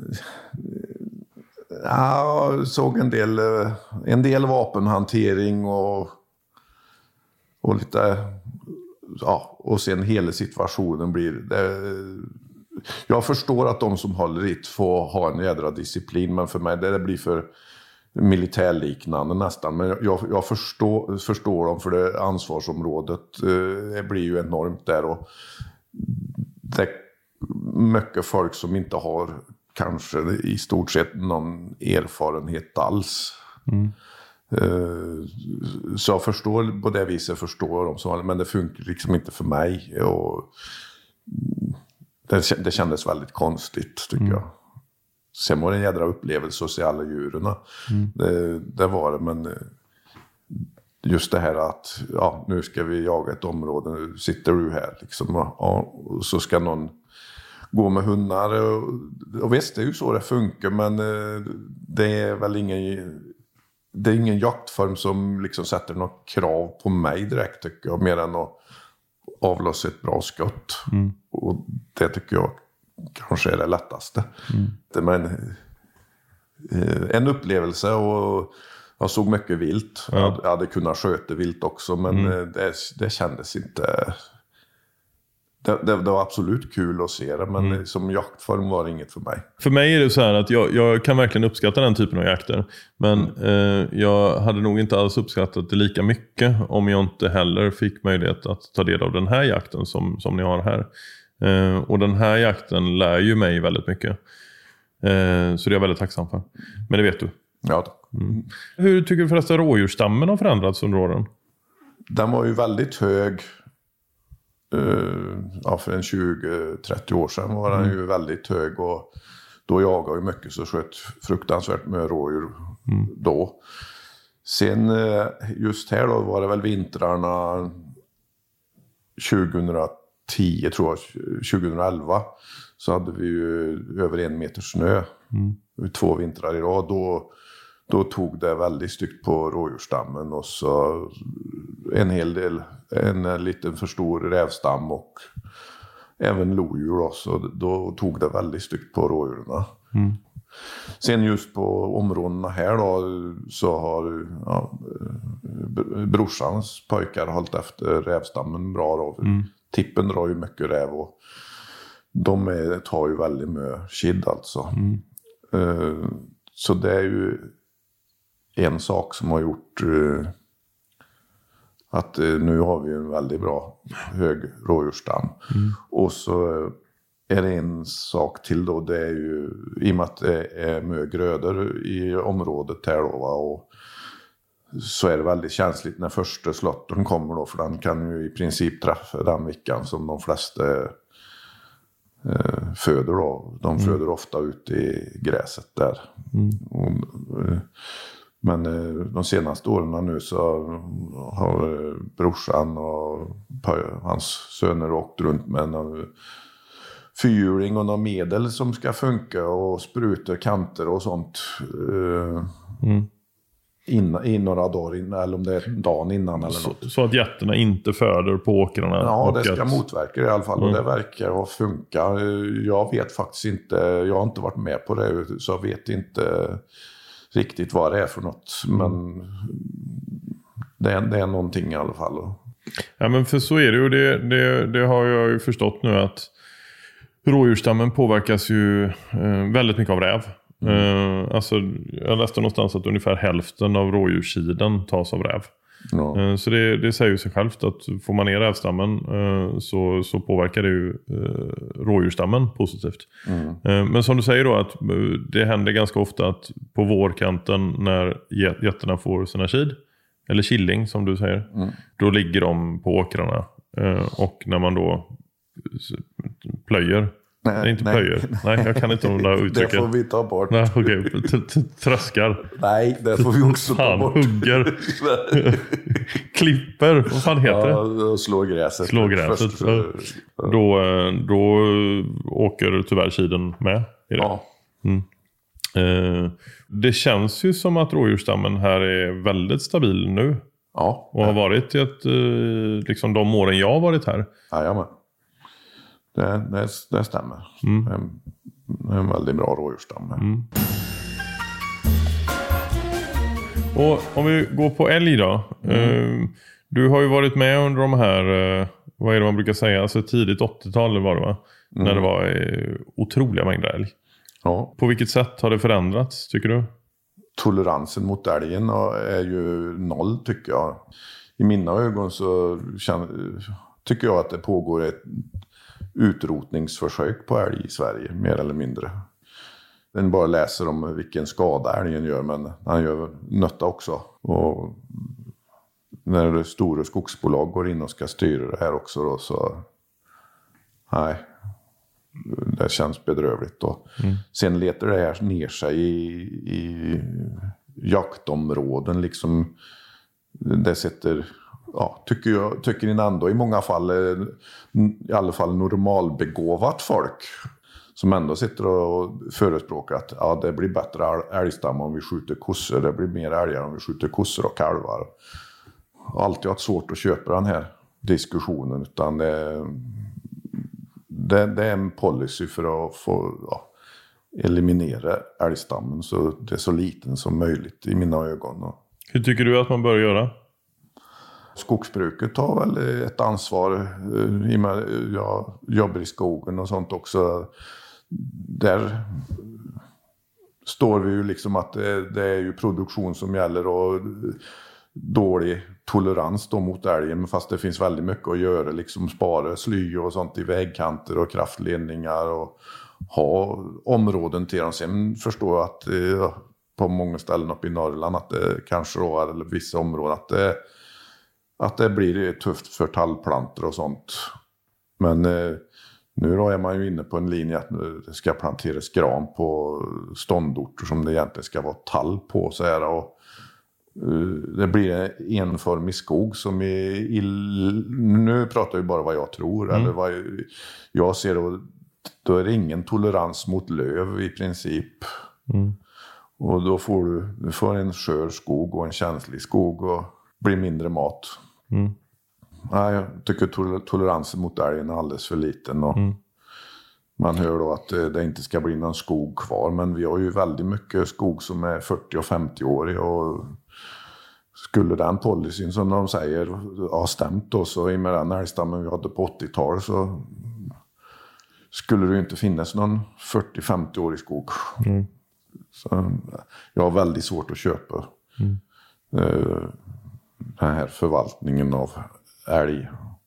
Ja, jag såg en del, en del vapenhantering och, och lite, ja, och sen hela situationen blir det, jag förstår att de som håller dit får ha en jädra disciplin, men för mig det blir för militärliknande nästan. Men jag, jag förstår, förstår dem, för det ansvarsområdet eh, blir ju enormt där, och det är mycket folk som inte har kanske i stort sett någon erfarenhet alls. Mm. Uh, så jag förstår på det viset, förstår de som, men det funkar liksom inte för mig, och det, det kändes väldigt konstigt tycker mm. jag. Sen var det en jädra upplevelse att se alla djuren. Mm. Det, det var det, men just det här att ja, nu ska vi jaga ett område, nu sitter du här liksom, ja, och så ska någon gå med hundar, och, och visst, det är ju så det funkar, men det är väl ingen, det är ingen jaktform som liksom sätter något krav på mig direkt tycker jag, mer än att avlossa ett bra skott. Mm. Och det tycker jag kanske är det lättaste. Mm. Det, men, en upplevelse, och jag såg mycket vilt. Ja. Jag hade kunnat sköta vilt också, men mm. det, det kändes inte... Det, det, det var absolut kul att se det, men mm. som jaktform var det inget för mig. För mig är det så här att jag, jag kan verkligen uppskatta den typen av jakter. Men mm. eh, jag hade nog inte alls uppskattat det lika mycket om jag inte heller fick möjlighet att ta del av den här jakten som, som ni har här. Eh, och den här jakten lär ju mig väldigt mycket. Eh, så det är jag väldigt tacksam för. Men det vet du. Ja. Mm. Hur tycker du förresten rådjursstammen har förändrats under åren? Den var ju väldigt hög. Uh, ja, för en tjugo trettio år sedan var den mm. ju väldigt hög, och då jagade ju mycket, så sköt fruktansvärt med rådjur mm. då. Sen uh, just här då var det väl vintrarna tjugohundratio tror jag, tjugoelva, så hade vi ju över en meter snö mm. två vintrar i rad. Då, då tog det väldigt styggt på rådjursstammen, och så en hel del, en liten för stor rävstam och även lodjur då, så då tog det väldigt styggt på rådjurarna. Mm. Sen just på områdena här då, så har ja, brorsans pojkar hållit efter rävstammen bra då. Mm. Tippen drar ju mycket räv, och de är, tar ju väldigt mycket kid alltså. Mm. Uh, så det är ju en sak som har gjort uh, att uh, nu har vi en väldigt bra hög rådjursstam. Mm. Och så är det en sak till då, det är ju i och med att det är mycket grödor i området här då, va, och så är det väldigt känsligt när första slotten kommer då, för den kan ju i princip träffa den veckan som de flesta eh, föder då. De mm. föder ofta ut i gräset där. Mm. Och, eh, men eh, de senaste åren nu så har eh, brorsan och hans söner åkt runt med en fyrhjuling och någon medel som ska funka, och sprutor, kanter och sånt. Eh, mm. In, in några dagar innan, eller om det är dagen innan eller så, något. Så att jätterna inte föder på åkrarna? Ja, det ska att... motverka det i alla fall. Mm. Och det verkar att funka. Jag vet faktiskt inte, jag har inte varit med på det, så jag vet inte riktigt vad det är för något. Mm. Men det är, det är någonting i alla fall. Ja, men för så är det ju. Det, det, det har jag ju förstått nu, att rådjursstammen påverkas ju eh, väldigt mycket av räv. Mm. Uh, alltså, jag läste någonstans att ungefär hälften av rådjurssidan tas av räv. Ja. Uh, så det, det säger ju sig självt att får man ner rävstammen uh, så, så påverkar det ju uh, rådjursstammen positivt. Mm. Uh, men som du säger då, att uh, det händer ganska ofta att på vårkanten när getterna får sina kid, eller killing som du säger, mm. då ligger de på åkrarna. Uh, och när man då plöjer Nej, det är inte nej. plöjer. Nej, jag kan inte om det uttrycket. Det får vi ta bort. Nej, okej. Okay. Tröskar. Nej, det får vi också ta bort. Hugger. Klipper. Vad fan heter det? Ja, slå gräset. Slå gräset. Ja. Då, då åker tyvärr kiden med i det. Ja. Mm. Eh, det känns ju som att rådjursstammen här är väldigt stabil nu. Ja. Och har varit i ett, eh, liksom de åren jag har varit här. Jajamän. Det, det, det stämmer. Mm. Det, är, det är en väldigt bra rådjursstam. Mm. Och om vi går på älg då. Mm. Eh, du har ju varit med under de här, eh, vad är det man brukar säga, alltså tidigt åttiotal var det va? Mm. När det var eh, otroliga mängder älg. Ja. På vilket sätt har det förändrats, tycker du? Toleransen mot älgen är ju noll, tycker jag. I mina ögon så känner, tycker jag att det pågår ett utrotningsförsök på älg i Sverige, mer eller mindre. Den bara läser om vilken skada älgen gör, men han gör nötta också. Och när det stora skogsbolag går in och ska styra det här också då, så nej, det känns bedrövligt då. Mm. Sen letar det här ner sig i, i jaktområden liksom. Det sätter, ja, tycker jag, tycker ni ändå i många fall, i alla fall normalbegåvat folk som ändå sitter och förespråkar att ja, det blir bättre älgstam om vi skjuter kossor, det blir mer älgar om vi skjuter kossor och kalvar. Jag har alltid haft svårt att köpa den här diskussionen, utan det, det, det är en policy för att få ja, eliminera älgstammen så det är så liten som möjligt i mina ögon. Hur tycker du att man bör göra? Skogsbruket har väl ett ansvar. Jag jobbar i skogen och sånt också. Där står vi ju liksom att det, det är ju produktion som gäller och dålig tolerans då mot älgen, fast det finns väldigt mycket att göra, liksom spara sly och sånt i vägkanter och kraftledningar och ha områden till dem. Sen förstår jag att eh, på många ställen uppe i Norrland att det kanske då, eller vissa områden, att det, att det blir tufft för tallplantor och sånt. Men eh, nu då är man ju inne på en linje att det ska planteras gran på ståndorter som det egentligen ska vara tall på så här, och det blir en enformig skog som är ill... Nu pratar jag bara vad jag tror. Mm. Eller vad jag ser då, då är det ingen tolerans mot löv i princip. Mm. Och då får du, du får en skör skog och en känslig skog och blir mindre mat. Mm. Nej, jag tycker tol- toleransen mot älgen är alldeles för liten. Och mm. Man hör då att det inte ska bli någon skog kvar. Men vi har ju väldigt mycket skog som är fyrtio och femtio år och skulle den policyn som de säger ha stämt då, så i med den älgstammen vi hade på åttiotalet så skulle det ju inte finnas någon fyrtio till femtio år i skog. Mm. Så jag har väldigt svårt att köpa mm. uh, den här förvaltningen av älg.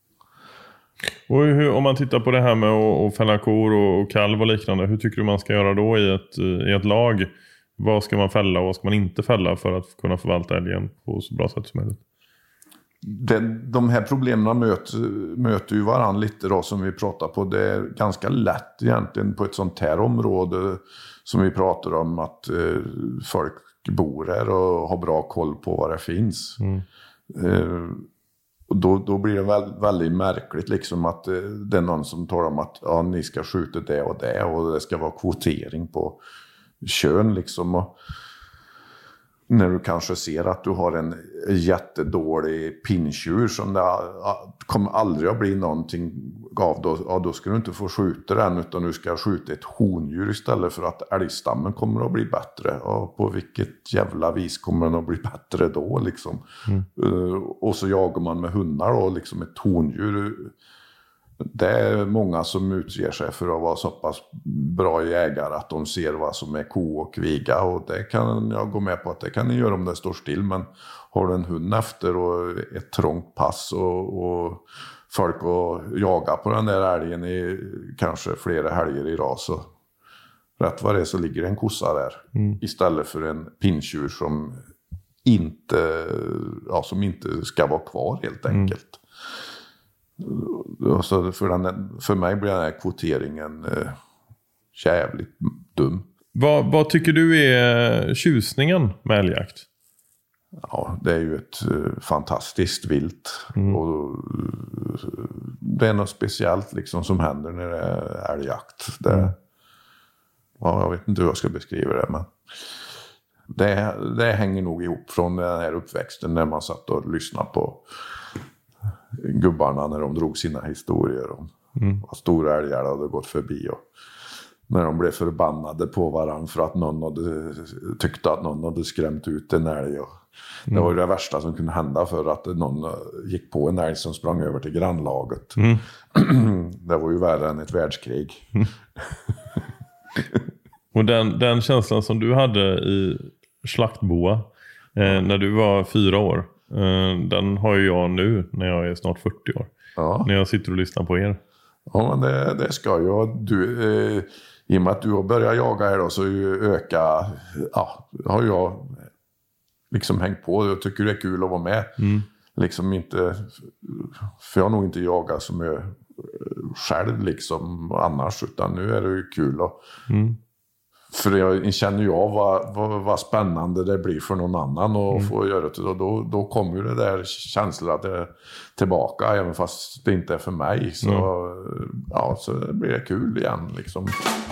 Och hur, om man tittar på det här med att, att fälla kor och, och kalv och liknande, hur tycker du man ska göra då i ett, i ett lag? Vad ska man fälla och vad ska man inte fälla för att kunna förvalta älgen på så bra sätt som möjligt? Det, de här problemen möter, möter ju varandra lite då, som vi pratar på. Det är ganska lätt egentligen på ett sånt här område som vi pratar om att eh, folk bor här och har bra koll på vad det finns. Mm. Eh, och då, då blir det väl, väldigt märkligt liksom att eh, det är någon som talar om att ja, ni ska skjuta det och det och det ska vara kvotering på kön liksom. Och när du kanske ser att du har en jättedålig pinntjur som det kommer aldrig att bli någonting av, då, ja, då ska du inte få skjuta den, utan du ska skjuta ett hondjur istället för att älgstammen kommer att bli bättre. Och på vilket jävla vis kommer den att bli bättre då liksom? Mm. Uh, och så jagar man med hundar då, liksom ett hondjur. Det är många som utger sig för att vara så pass bra jägare att de ser vad som är ko och kviga, och det kan jag gå med på att det kan ni göra om det står still, men har du en hund efter och ett trångt pass och, och folk att jaga på den där älgen i kanske flera helger i rad, så rätt vad det är så ligger en kossa där mm. istället för en pinntjur som inte, ja, som inte ska vara kvar helt enkelt. Mm. och så för, den, för mig blir den här kvoteringen eh, jävligt dum. Vad, vad tycker du är tjusningen med älgjakt? Ja, det är ju ett uh, fantastiskt vilt. Mm. Och uh, det är något speciellt liksom som händer när det är älgjakt. Det, mm. ja, jag vet inte hur jag ska beskriva det, men det, det hänger nog ihop från den här uppväxten när man satt och lyssnade på gubbarna när de drog sina historier om mm. vad stora älgar hade gått förbi och när de blev förbannade på varandra för att någon hade, tyckte att någon hade skrämt ut en älg. Och det var ju det värsta som kunde hända, för att någon gick på en älg som sprang över till grannlaget. Mm. Det var ju värre än ett världskrig. Mm. Och den, den känslan som du hade i Slaktboa eh, när du var fyra år, eh, den har ju jag nu när jag är snart fyrtio år. Ja. När jag sitter och lyssnar på er. Ja, men det, det ska jag. Du, eh, i och med att du har börjat jaga här då, så öka, ja, har jag liksom hängt på. Jag tycker det är kul att vara med. Mm. Liksom inte, för jag har nog inte jagat som jag själv liksom annars, utan nu är det ju kul. Och, mm. För jag känner ju av vad, vad, vad spännande det blir för någon annan att mm. få göra det. Och då, då kommer ju det där känslan att det är tillbaka, även fast det inte är för mig. Så, mm. ja, så blir det kul igen liksom.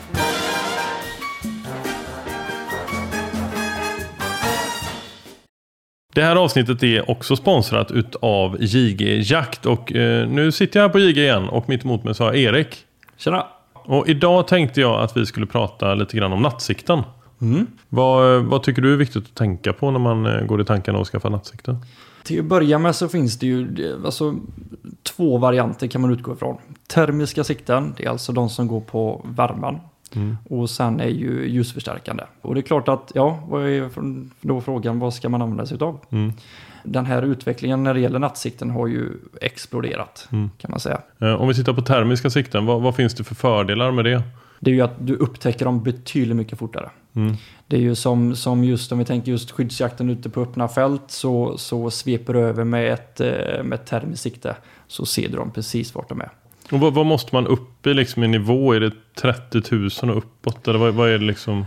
Det här avsnittet är också sponsrat utav J G Jakt. Och eh, nu sitter jag här på J G igen och mitt emot mig så har Erik. Tjena! Och idag tänkte jag att vi skulle prata lite grann om nattsikten. Mm. Vad, vad tycker du är viktigt att tänka på när man går i tankarna och skaffa nattsikten? Till att börja med så finns det ju alltså, två varianter kan man utgå ifrån. Termiska sikten, det är alltså de som går på värmen. Mm. Och sen är ju ljusförstärkande. Och det är klart att, ja, vad är då frågan, vad ska man använda sig av? Mm. Den här utvecklingen när det gäller nattsikten har ju exploderat, mm. kan man säga. Om vi tittar på termiska sikten, vad, vad finns det för fördelar med det? Det är ju att du upptäcker dem betydligt mycket fortare. Mm. Det är ju som, som just, om vi tänker just skyddsjakten ute på öppna fält, så, så sveper du över med ett, med ett termiskt sikte, så ser du dem precis vart de är. Och vad, vad måste man upp i liksom i nivå? Är det trettio tusen och uppåt? Eller vad, vad är det liksom?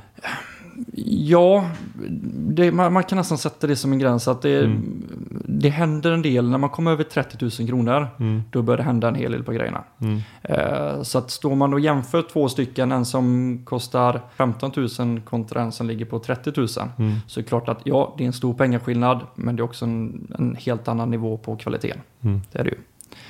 Ja, det, man, man kan nästan sätta det som en gräns. Att det, mm. det händer en del. När man kommer över trettio tusen kronor, mm. då börjar det hända en hel del på grejerna. Mm. Eh, så att står man och jämför två stycken, en som kostar femton tusen kontra en som ligger på trettio tusen. Mm. Så är det klart att ja, det är en stor pengaskillnad, men det är också en, en helt annan nivå på kvaliteten. Mm. Det är det ju.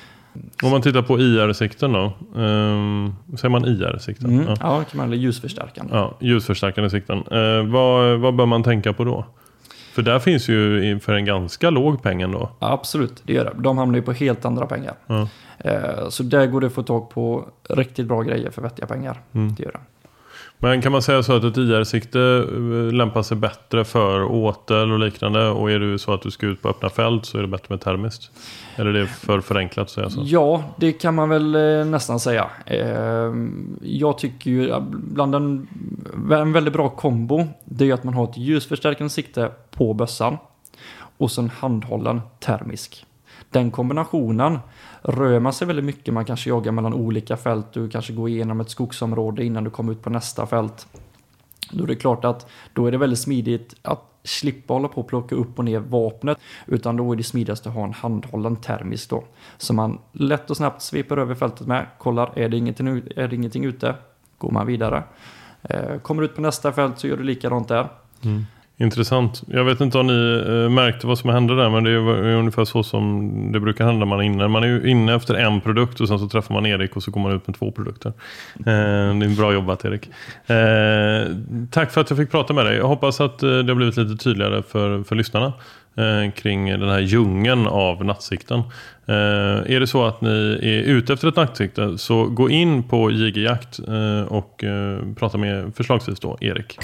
Om man tittar på I R-sikten då, um, säger man I R-sikten? Mm, ja, ja kan man, eller ljusförstärkande. Ja, ljusförstärkande sikten. Uh, vad, vad bör man tänka på då? För där finns ju för en ganska låg pengen då. Ja, absolut, det gör det. De hamnar ju på helt andra pengar. Ja. Uh, så där går det att få tag på riktigt bra grejer för vettiga pengar. Mm. Det gör det. Men kan man säga så att ett I R-sikte lämpar sig bättre för åtel och liknande, och är det så att du ska ut på öppna fält så är det bättre med termiskt? Eller är det för förenklat att säga så? Ja, det kan man väl eh, nästan säga. Eh, jag tycker ju bland en, en väldigt bra kombo, det är att man har ett ljusförstärkande sikte på bössan och sen handhållen termisk. Den kombinationen rör man sig väldigt mycket. Man kanske jagar mellan olika fält. Du kanske går igenom ett skogsområde innan du kommer ut på nästa fält. Då är det klart att då är det väldigt smidigt att slippa hålla på och plocka upp och ner vapnet. Utan då är det smidigast att ha en handhållen termisk då. Så man lätt och snabbt sveper över fältet med. Kollar, är det ingenting, är det ingenting ute? Går man vidare. Eh, kommer ut på nästa fält så gör du likadant där. Mm. Intressant. Jag vet inte om ni äh, märkte vad som hände där, men det är ju ungefär så som det brukar hända när man är inne. Man är ju inne efter en produkt och sen så träffar man Erik och så går man ut med två produkter. Eh, det är bra jobbat, Erik. Eh, tack för att jag fick prata med dig. Jag hoppas att eh, det har blivit lite tydligare för, för lyssnarna eh, kring den här djungeln av nattsikten. Eh, är det så att ni är ute efter ett nattsikte, så gå in på J G Jakt eh, och eh, prata med förslagsvis då Erik.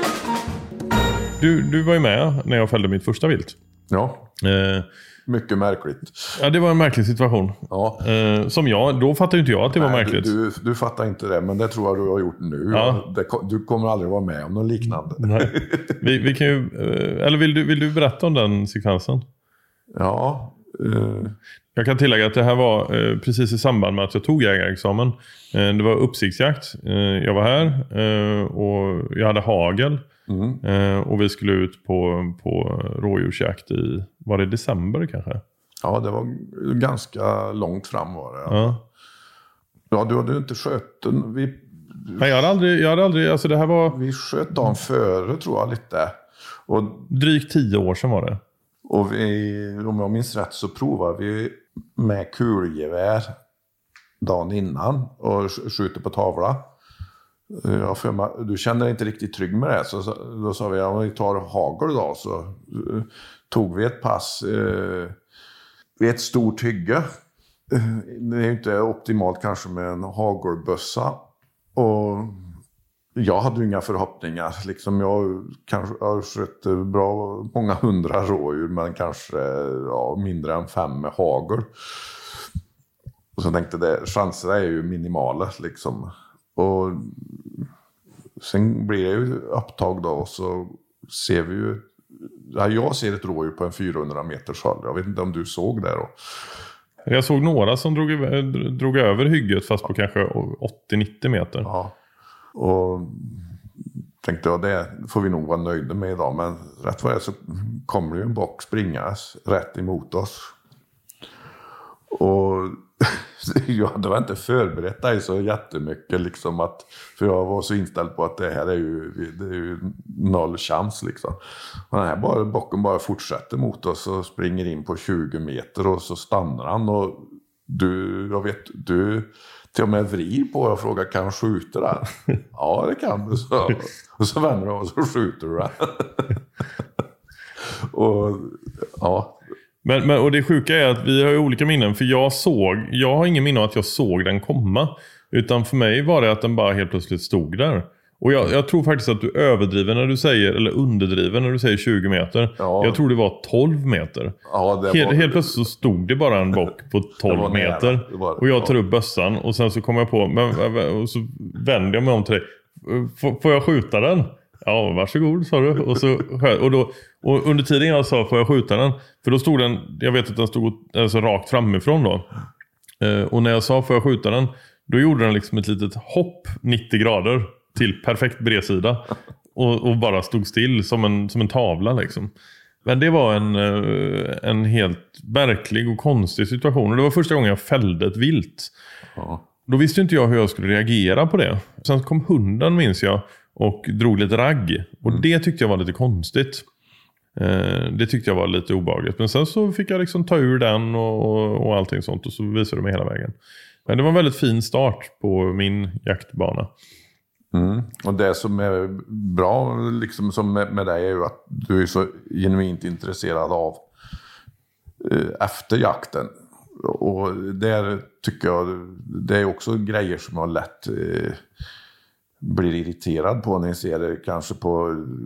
Du, du var ju med när jag fällde mitt första vilt. Ja, eh, mycket märkligt. Ja, det var en märklig situation. Ja. Eh, som jag, då fattade inte jag att det Nej, var märkligt. Du, du, du fattar inte det, men det tror jag du har gjort nu. Ja. Det, du kommer aldrig vara med om något liknande. Nej. Vi, vi kan ju, eller vill du, vill du berätta om den sekvensen? Ja, Uh, Jag kan tillägga att det här var eh, precis i samband med att jag tog jägarexamen. Eh, det var uppsiktsjakt. Eh, jag var här eh, och jag hade hagel. Mm. Eh, och vi skulle ut på, på rådjursjakt i, var det december kanske? Ja, det var ganska långt fram var det. Ja, ja du hade ju inte skött vi, Nej, jag hade aldrig, jag hade aldrig, alltså det här var... Vi sköt dagen före tror jag lite. Och, drygt tio år sedan var det. Och vi, om jag minns rätt så provade vi med kulgevär dagen innan och skjuter på tavla. Ja, för man, du känner dig inte riktigt trygg med det. Så, så då sa vi, ja, vi tar hagel då. Så uh, tog vi ett pass uh, vid ett stort hygge. Uh, det är ju inte optimalt kanske med en hagelbössa. Och jag hade ju inga förhoppningar. Liksom jag kanske har sett bra många hundra rådjur, men kanske ja, mindre än fem med hagel. Och så tänkte jag, chanserna är ju minimala liksom. Och sen blir det ju upptag då, och så ser vi ju, ja, jag ser ett rådjur på en fyrahundra meters håll. Jag vet inte om du såg det då. Jag såg några som drog, drog över hygget fast på kanske åttio till nittio meter. Ja, och tänkte jag, det får vi nog vara nöjda med idag. Men rätt vad det är så kommer det ju en bock springas rätt emot oss. Och jag hade inte förberett dig så jättemycket liksom, att, för jag var så inställd på att det här är ju, det är ju noll chans liksom. Och den här bara, bocken bara fortsätter mot oss och springer in på tjugo meter och så stannar han, och du, jag vet, du till och med vrid på och frågar, kan jag skjuta den? Ja, det kan du, så. Och så vänder du och så skjuter du den. Och ja. Men, men, och det sjuka är att vi har ju olika minnen. För jag såg, jag har ingen minne av att jag såg den komma. Utan för mig var det att den bara helt plötsligt stod där. Och jag, jag tror faktiskt att du överdriver när du säger, eller underdriver när du säger tjugo meter. Ja. Jag tror det var tolv meter. Ja, det helt, var... helt plötsligt så stod det bara en bock på tolv meter. Var... Och jag tar upp bössan och sen så kommer jag på, men, och så vänder jag mig om till dig. Får, får jag skjuta den? Ja, varsågod, sa du. Och, så, och, då, och under tiden jag sa, får jag skjuta den? För då stod den, jag vet att den stod alltså, rakt framifrån då. Eh, och när jag sa, får jag skjuta den? Då gjorde den liksom ett litet hopp nittio grader till perfekt bredsida. Och, och bara stod still som en, som en tavla liksom. Men det var en, en helt märklig och konstig situation. Och det var första gången jag fällde ett vilt. Ja. Då visste inte jag hur jag skulle reagera på det. Sen kom hunden, minns jag, och drog lite ragg. Och mm. det tyckte jag var lite konstigt. Eh, det tyckte jag var lite obehagligt. Men sen så fick jag liksom ta ur den och, och, och allting sånt. Och så visade det mig hela vägen. Men det var en väldigt fin start på min jaktbana. Mm. Och det som är bra liksom, som med, med dig är ju att du är så genuint intresserad av eh, efter jakten. Och där tycker jag det är också grejer som jag lätt eh, blir irriterad på när jag ser det kanske på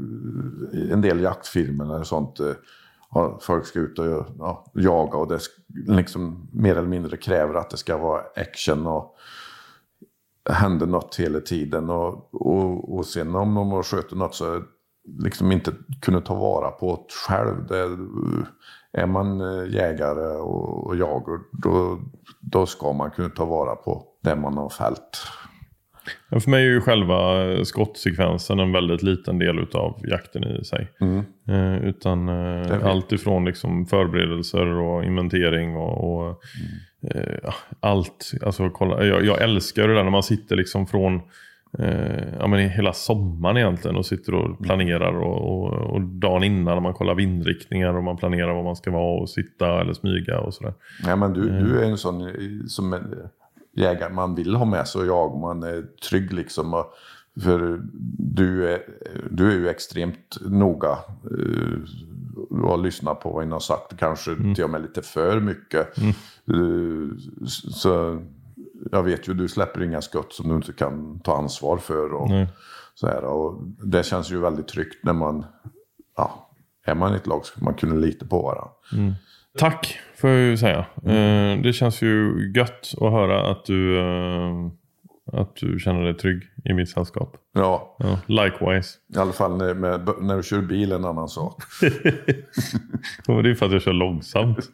en del jaktfilmer eller sånt. Ja, folk ska ut och ja, jaga och det liksom mer eller mindre kräver att det ska vara action och händer något hela tiden. Och, och, och sen om de har sköter något så liksom inte kunna ta vara på det själv. Det, är man jägare och, och jagar då, då ska man kunna ta vara på det man har fällt. Ja, för mig är ju själva skottsekvensen en väldigt liten del av jakten i sig. Mm. Eh, utan eh, allt ifrån liksom förberedelser och inventering och, och mm. eh, allt. Alltså, kolla, jag, jag älskar det där när man sitter liksom från eh, ja, men hela sommaren egentligen och sitter och planerar och, och, och dagen innan när man kollar vindriktningar och man planerar vad man ska vara och sitta eller smyga och sådär. Ja, men du, eh. du är en sån som en jägare man vill ha med sig och jag, man är trygg liksom, och för du är, du är ju extremt noga uh, och lyssna på vad jag har sagt, kanske mm. till och med lite för mycket. Mm. Uh, så jag vet ju, du släpper inga skott som du inte kan ta ansvar för och mm. så här, och det känns ju väldigt tryggt när man, ja, är man i ett lag så man kunna lita på varandra. Mm. Tack, får jag ju säga. Mm. Eh, det känns ju gött att höra att du, eh, Att du känner dig trygg i mitt sällskap. Ja. Ja, likewise. I alla fall när, med, när du kör bil en annan sak. Ja, det är för att jag kör långsamt.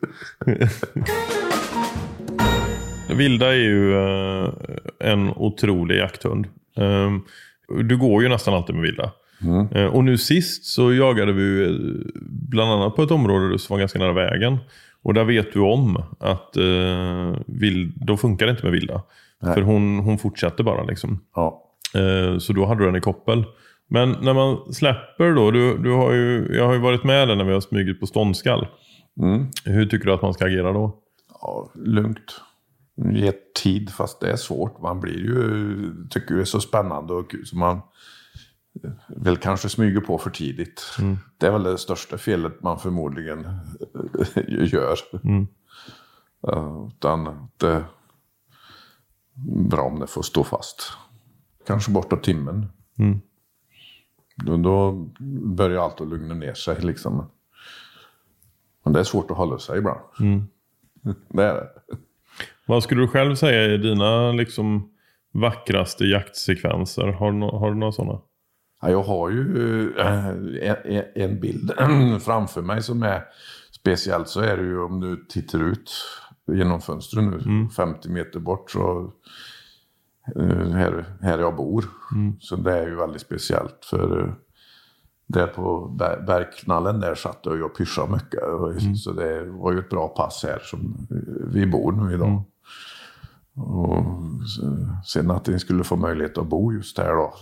Vilda är ju uh, en otrolig jakthund. Um, du går ju nästan alltid med vilda. Mm. Uh, och nu sist så jagade vi uh, bland annat på ett område som var ganska nära vägen. Och där vet du om att uh, vild, då funkar det inte med vilda. Nej. För hon, hon fortsätter bara liksom. Ja. Uh, så då hade du den i koppel. Men när man släpper då, du, du har ju, jag har ju varit med där när vi har smugit på ståndskall. Mm. Hur tycker du att man ska agera då? Ja, lugnt. Ge tid, fast det är svårt. Man blir ju, tycker det är så spännande och så man vill kanske smyga på för tidigt. Mm. Det är väl det största felet man förmodligen gör. Mm. Uh, utan det är bra om det får stå fast. Kanske bortåt timmen. Mm. Då, då börjar allt att lugna ner sig liksom. Men det är svårt att hålla sig ibland. Mm. Det är det. Vad skulle du själv säga är dina liksom vackraste jaktsekvenser? Har du, no- har du några sådana? Ja, jag har ju äh, en bild framför mig som är speciellt. Så är det ju om du tittar ut genom fönstret nu, mm. femtio meter bort, så äh, här, här jag bor. Mm. Så det är ju väldigt speciellt, för äh, där på ber- bergknallen där satt jag och pyschade mycket. Mm. Så det var ju ett bra pass här som vi bor nu idag. Mm. Och sen att ni skulle få möjlighet att bo just här då,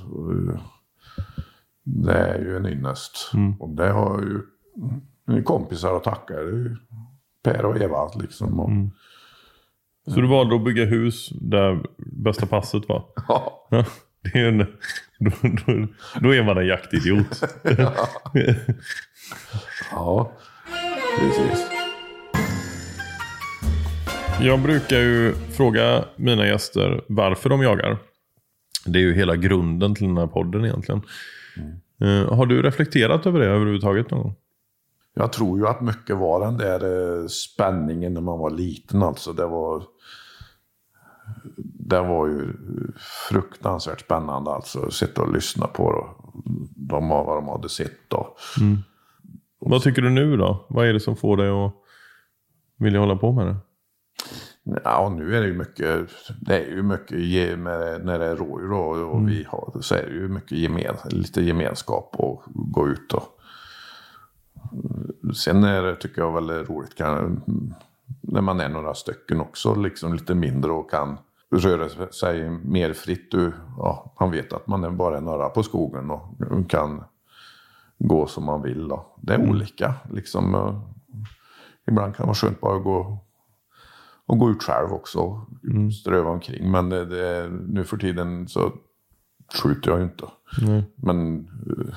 det är ju en ynnest. Mm. Och det har ju kompisar att tacka. Det är ju Per och Eva liksom. Och, mm. Så du valde att bygga hus där bästa passet var? Ja. Ja, det är en, då, då, då är man en jaktidiot. Ja. Ja, precis. Jag brukar ju fråga mina gäster varför de jagar. Det är ju hela grunden till den här podden egentligen. Mm. Uh, har du reflekterat över det överhuvudtaget någon gång? Jag tror ju att mycket var den där uh, spänningen när man var liten. Alltså det var, det var ju fruktansvärt spännande alltså, att sitta och lyssna på då. De, vad de hade sett då. Mm. Vad tycker du nu då? Vad är det som får dig att vilja hålla på med det? Ja, nu är det ju mycket, det är ju mycket med, när det är rådjur då, och mm. vi har, så är det ju mycket gemen, lite gemenskap och gå ut och sen är det, tycker jag, väldigt roligt kan, när man är några stycken också, liksom lite mindre och kan röra sig mer fritt. Du, ja, man vet att man är bara några på skogen och kan gå som man vill då. Det är mm. olika liksom, ibland kan det vara skönt bara att gå och gå ut själv också. Mm. Ströva omkring. Men det, det, nu för tiden så skjuter jag ju inte. Mm. Men uh,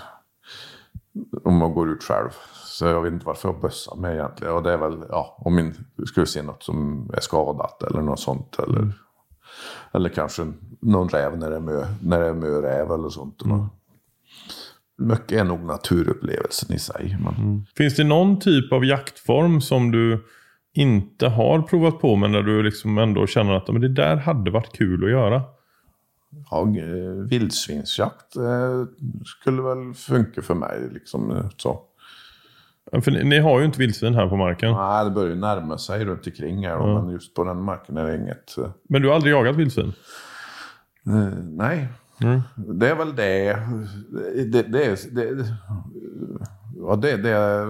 om man går ut själv. Så jag vet inte varför jag bössar mig egentligen. Och det är väl, ja, om min skulle se något som är skadat eller något sånt. Eller, mm. eller kanske någon räv när det är mö, när det är mö-räv eller sånt. Mm. Mycket är nog naturupplevelsen i sig. Men... Mm. Finns det någon typ av jaktform som du inte har provat på, men där du liksom ändå känner att men det där hade varit kul att göra? Ja, vildsvinsjakt eh, skulle väl funka för mig liksom så. För ni, ni har ju inte vildsvin här på marken. Nej, det börjar ju närma sig runt omkring här, mm. men just på den marken är det inget. Men du har aldrig jagat vildsvin? Eh, nej. Mm. Det är väl det det, det, är, det ja, det, det är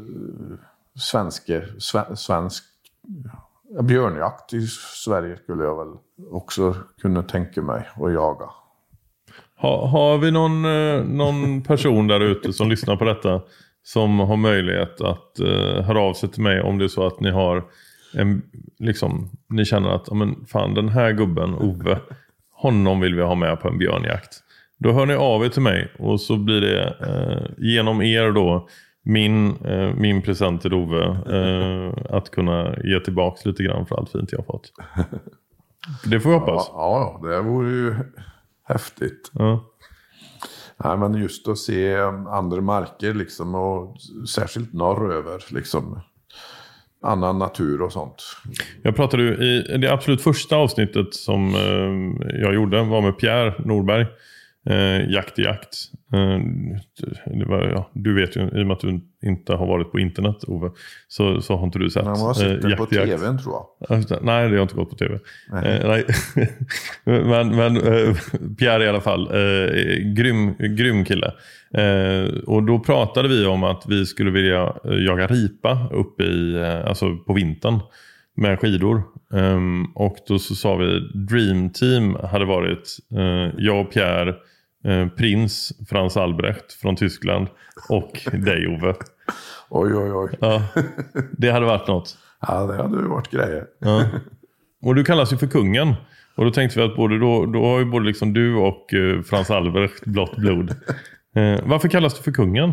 svenska, svensk björnjakt i Sverige skulle jag väl också kunna tänka mig att jaga. Ha, har vi någon, någon person där ute som lyssnar på detta som har möjlighet att uh, höra av sig till mig om det är så att ni har en, liksom, ni känner att men fan, den här gubben, Ove, honom vill vi ha med på en björnjakt. Då hör ni av er till mig och så blir det uh, genom er då Min, eh, min present till Ove eh, att kunna ge tillbaka lite grann för allt fint jag har fått. Det får vi hoppas. Ja, ja, det vore ju häftigt. Ja. Nej, men just att se andra marker liksom, och särskilt norröver liksom. annan natur och sånt. Jag pratade ju i det absolut första avsnittet som eh, jag gjorde var med Pierre Norberg. Eh, jakt i jakt. Eh, det var, ja, du vet ju, i och med att du inte har varit på internet, Ove, så, så har inte du sett. Han har sett eh, det på tvn, tror jag. Nej, det har inte gått på tv. Nej. Eh, nej. men men eh, Pierre i alla fall, eh, grym, grym kille. Eh, och då pratade vi om att vi skulle vilja jaga ripa uppe i, eh, alltså på vintern med skidor. Um, och då så sa vi Dream Team hade varit uh, jag och Pierre, uh, Prins Frans Albrecht från Tyskland och dig, Ove. Oj, oj, oj. Ja, det hade varit något. Ja, det hade ju varit grejer. Ja. Och du kallas ju för kungen. Och då tänkte vi att både då, då har ju både liksom du och uh, Frans Albrecht blått blod. Uh, varför kallas du för kungen?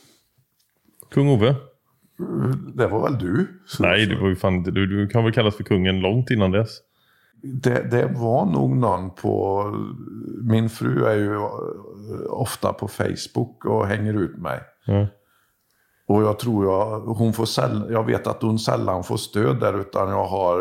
Kung Ove? Det var väl du? Nej, det var ju fan, du, du kan väl kallas för kungen långt innan dess. Det, det var nog någon på... Min fru är ju ofta på Facebook och hänger ut mig. Ja. Och jag tror jag... Hon får säll, jag vet att hon sällan får stöd där, utan jag har...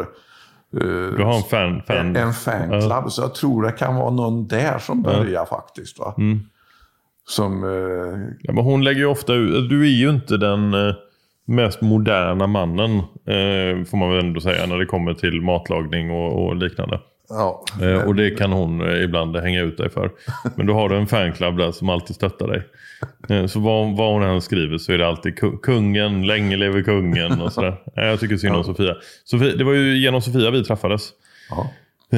Uh, du har en fan... fan. En, en fanclub. Ja. Så jag tror det kan vara någon där som börjar ja. faktiskt, va? Mm. Som... Uh, ja, men hon lägger ju ofta ut... Du är ju inte den... Uh, mest moderna mannen, eh, får man väl ändå säga, när det kommer till matlagning och, och liknande. Ja. Eh, och det kan hon eh, ibland hänga ut dig för. Men då har du en fanclub där som alltid stöttar dig. Eh, så vad, vad hon än skriver så är det alltid kungen, länge lever kungen och sådär. Eh, jag tycker synd om ja. Sofia. Sofia. Det var ju genom Sofia vi träffades. Ja.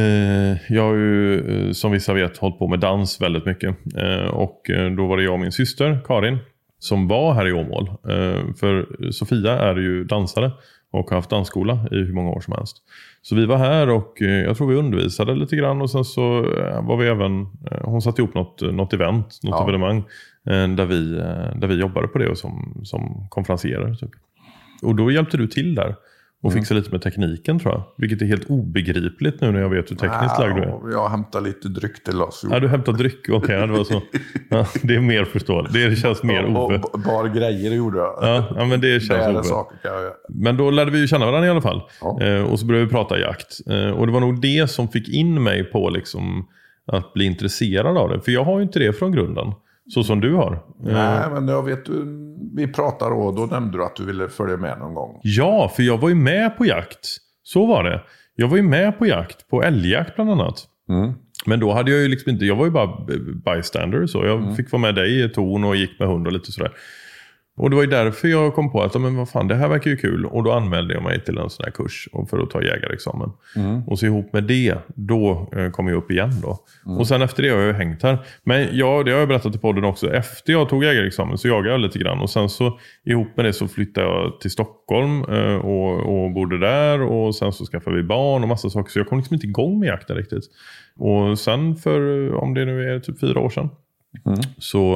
Eh, jag har ju, som vissa vet, hållit på med dans väldigt mycket. Eh, och då var det jag och min syster, Karin, som var här i Åmål. Eh, för Sofia är ju dansare och har haft dansskola i hur många år som helst. Så vi var här och eh, jag tror vi undervisade lite grann. Och sen så eh, var vi även... Eh, hon satte ihop något, något event, något ja. evenemang. Eh, där, vi, eh, där vi jobbade på det och som, som konferenserare. Typ. Och då hjälpte du till där. Och mm. fixa lite med tekniken, tror jag. Vilket är helt obegripligt nu när jag vet hur tekniskt ja, lagd du är. Jag hämtar lite dryck till oss. Ja, du hämtar dryck. Okej, okay, det var så. Ja, det är mer förståeligt. Det känns mer Ove. Bara grejer gjorde jag. Ja, ja, men det känns Ove. Saker kan jag göra. Men då lärde vi ju känna varandra i alla fall. Ja. Eh, och så började vi prata jakt. Eh, och det var nog det som fick in mig på liksom, att bli intresserad av det. För jag har ju inte det från grunden. Så som du har. Nej, men jag vet, vi pratade och då nämnde du att du ville följa med någon gång. Ja, för jag var ju med på jakt. Så var det. Jag var ju med på jakt, på älgjakt bland annat. Mm. Men då hade jag ju liksom inte, jag var ju bara bystander. Så jag mm. fick vara med dig i ton och gick med hund och lite sådär. Och det var ju därför jag kom på att men vad fan, det här verkar ju kul. Och då anmälde jag mig till en sån här kurs för att ta jägarexamen. Mm. Och så ihop med det, då kom jag upp igen då. Mm. Och sen efter det har jag ju hängt här. Men ja, det har jag berättat i podden också. Efter jag tog jägarexamen så jagade jag lite grann. Och sen så ihop med det så flyttade jag till Stockholm och, och bodde där. Och sen så skaffade vi barn och massa saker. Så jag kom liksom inte igång med jakten riktigt. Och sen för, om det nu är typ fyra år sedan. Mm. Så...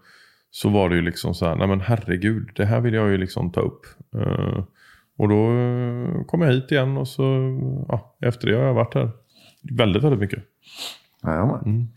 Så var det ju liksom så här, nej men herregud, det här vill jag ju liksom ta upp. Uh, och då uh, kom jag hit igen och så, ja, uh, efter det har jag varit här väldigt, väldigt mycket. Ja, men. Mm.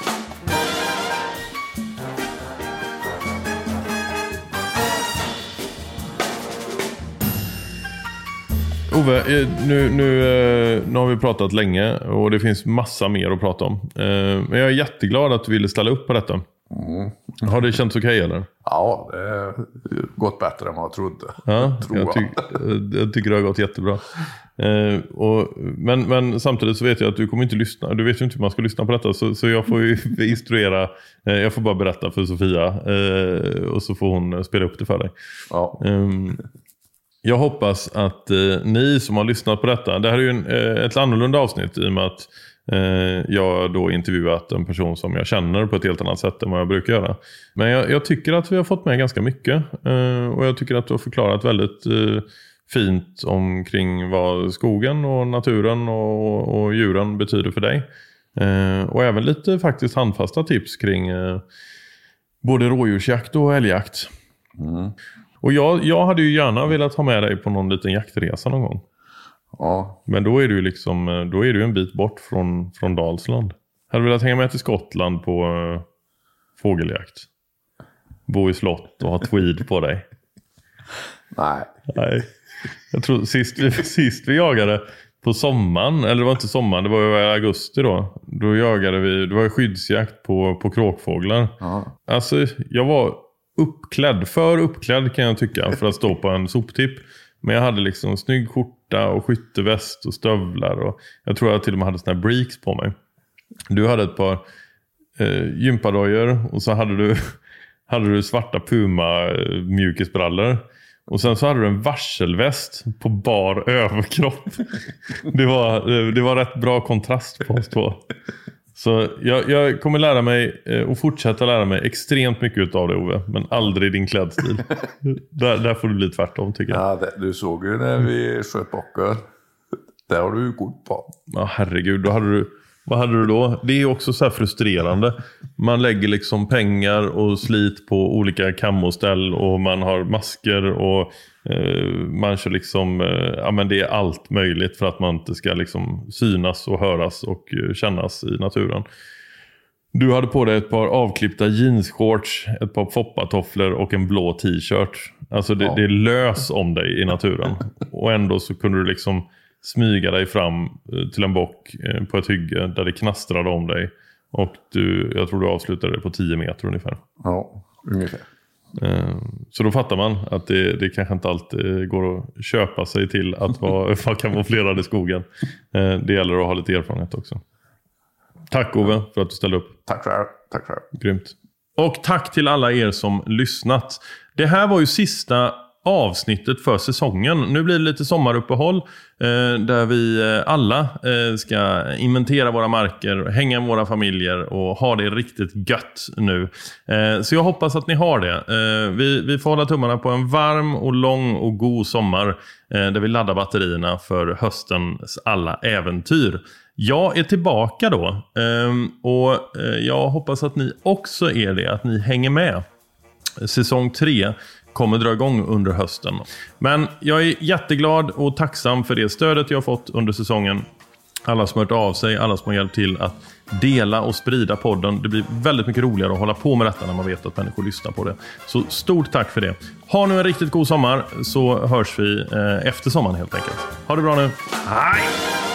Ove, nu, nu, nu har vi pratat länge och det finns massa mer att prata om. Uh, men jag är jätteglad att du ville ställa upp på detta. Mm. Har det känts okej okay, eller? Ja, det har gått bättre än vad jag trodde. Ja, jag, jag. Ty- jag tycker det har gått jättebra. Eh, och, men, men samtidigt så vet jag att du kommer inte lyssna. Du vet ju inte hur man ska lyssna på detta. Så, så jag får ju instruera. Eh, jag får bara berätta för Sofia. Eh, och så får hon spela upp det för dig. Ja. Eh, jag hoppas att eh, ni som har lyssnat på detta. Det här är ju en, eh, ett annorlunda avsnitt i och med att jag har då intervjuat en person som jag känner på ett helt annat sätt än vad jag brukar göra. Men jag, jag tycker att vi har fått med ganska mycket. Och jag tycker att du har förklarat väldigt fint omkring vad skogen och naturen och, och djuren betyder för dig. Och även lite faktiskt handfasta tips kring både rådjursjakt och älgjakt. Mm. Och jag, jag hade ju gärna velat ha med dig på någon liten jaktresa någon gång. Ja. Men då är du liksom då är du en bit bort från, från Dalsland. Hade du velat hänga med till Skottland på uh, fågeljakt? Bo i slott och ha tweed på dig? Nej. Nej. Jag tror sist vi, sist vi jagade på sommaren, eller det var inte sommaren, det var ju i augusti då. Då jagade vi, det var ju skyddsjakt på, på kråkfåglar. Ja. Alltså jag var uppklädd, för uppklädd kan jag tycka, för att stå på en soptipp. Men jag hade liksom snygg skjorta och skytteväst och stövlar. Och jag tror jag till och med hade såna här breaks på mig. Du hade ett par eh, gympadojor och så hade du, hade du svarta Puma eh, mjukisbrallor. Och sen så hade du en varselväst på bar överkropp. Det var, det var rätt bra kontrast på oss två. Så jag, jag kommer lära mig och fortsätta lära mig extremt mycket av det, Ove. Men aldrig din klädstil. där, där får du bli tvärtom, tycker jag. Ja, det, du såg ju när vi sköt bockar. Det har du ju god på. Ja, herregud. Då hade du, vad hade du då? Det är också så här frustrerande. Man lägger liksom pengar och slit på olika kammoställ. Och man har masker och eh, man kör liksom... Eh, ja, men det är allt möjligt för att man inte ska liksom synas och höras och eh, kännas i naturen. Du hade på dig ett par avklippta jeansshorts, ett par foppatofflor och en blå t-shirt. Alltså det, ja. det är lös om dig i naturen. Och ändå så kunde du liksom smyga dig fram till en bock på ett hygge där det knastrade om dig. Och du, jag tror du avslutade det på tio meter ungefär. Ja, ungefär. Så då fattar man att det, det kanske inte alltid går att köpa sig till att vara kamouflerad i skogen. Det gäller att ha lite erfarenhet också. Tack Ove för att du ställde upp. Tack för det. Tack för det. Grymt. Och tack till alla er som lyssnat. Det här var ju sista avsnittet för säsongen. Nu blir det lite sommaruppehåll eh, där vi alla eh, ska inventera våra marker, hänga med våra familjer och ha det riktigt gött nu. Eh, så jag hoppas att ni har det. Eh, vi, vi får hålla tummarna på en varm och lång och god sommar eh, där vi laddar batterierna för höstens alla äventyr. Jag är tillbaka då eh, och eh, jag hoppas att ni också är det, att ni hänger med. Säsong tre kommer dra igång under hösten. Men jag är jätteglad och tacksam för det stödet jag har fått under säsongen. Alla som har hört av sig, alla som har hjälpt till att dela och sprida podden. Det blir väldigt mycket roligare att hålla på med detta när man vet att människor lyssnar på det. Så stort tack för det. Ha nu en riktigt god sommar så hörs vi eh, efter sommaren helt enkelt. Ha det bra nu. Hej!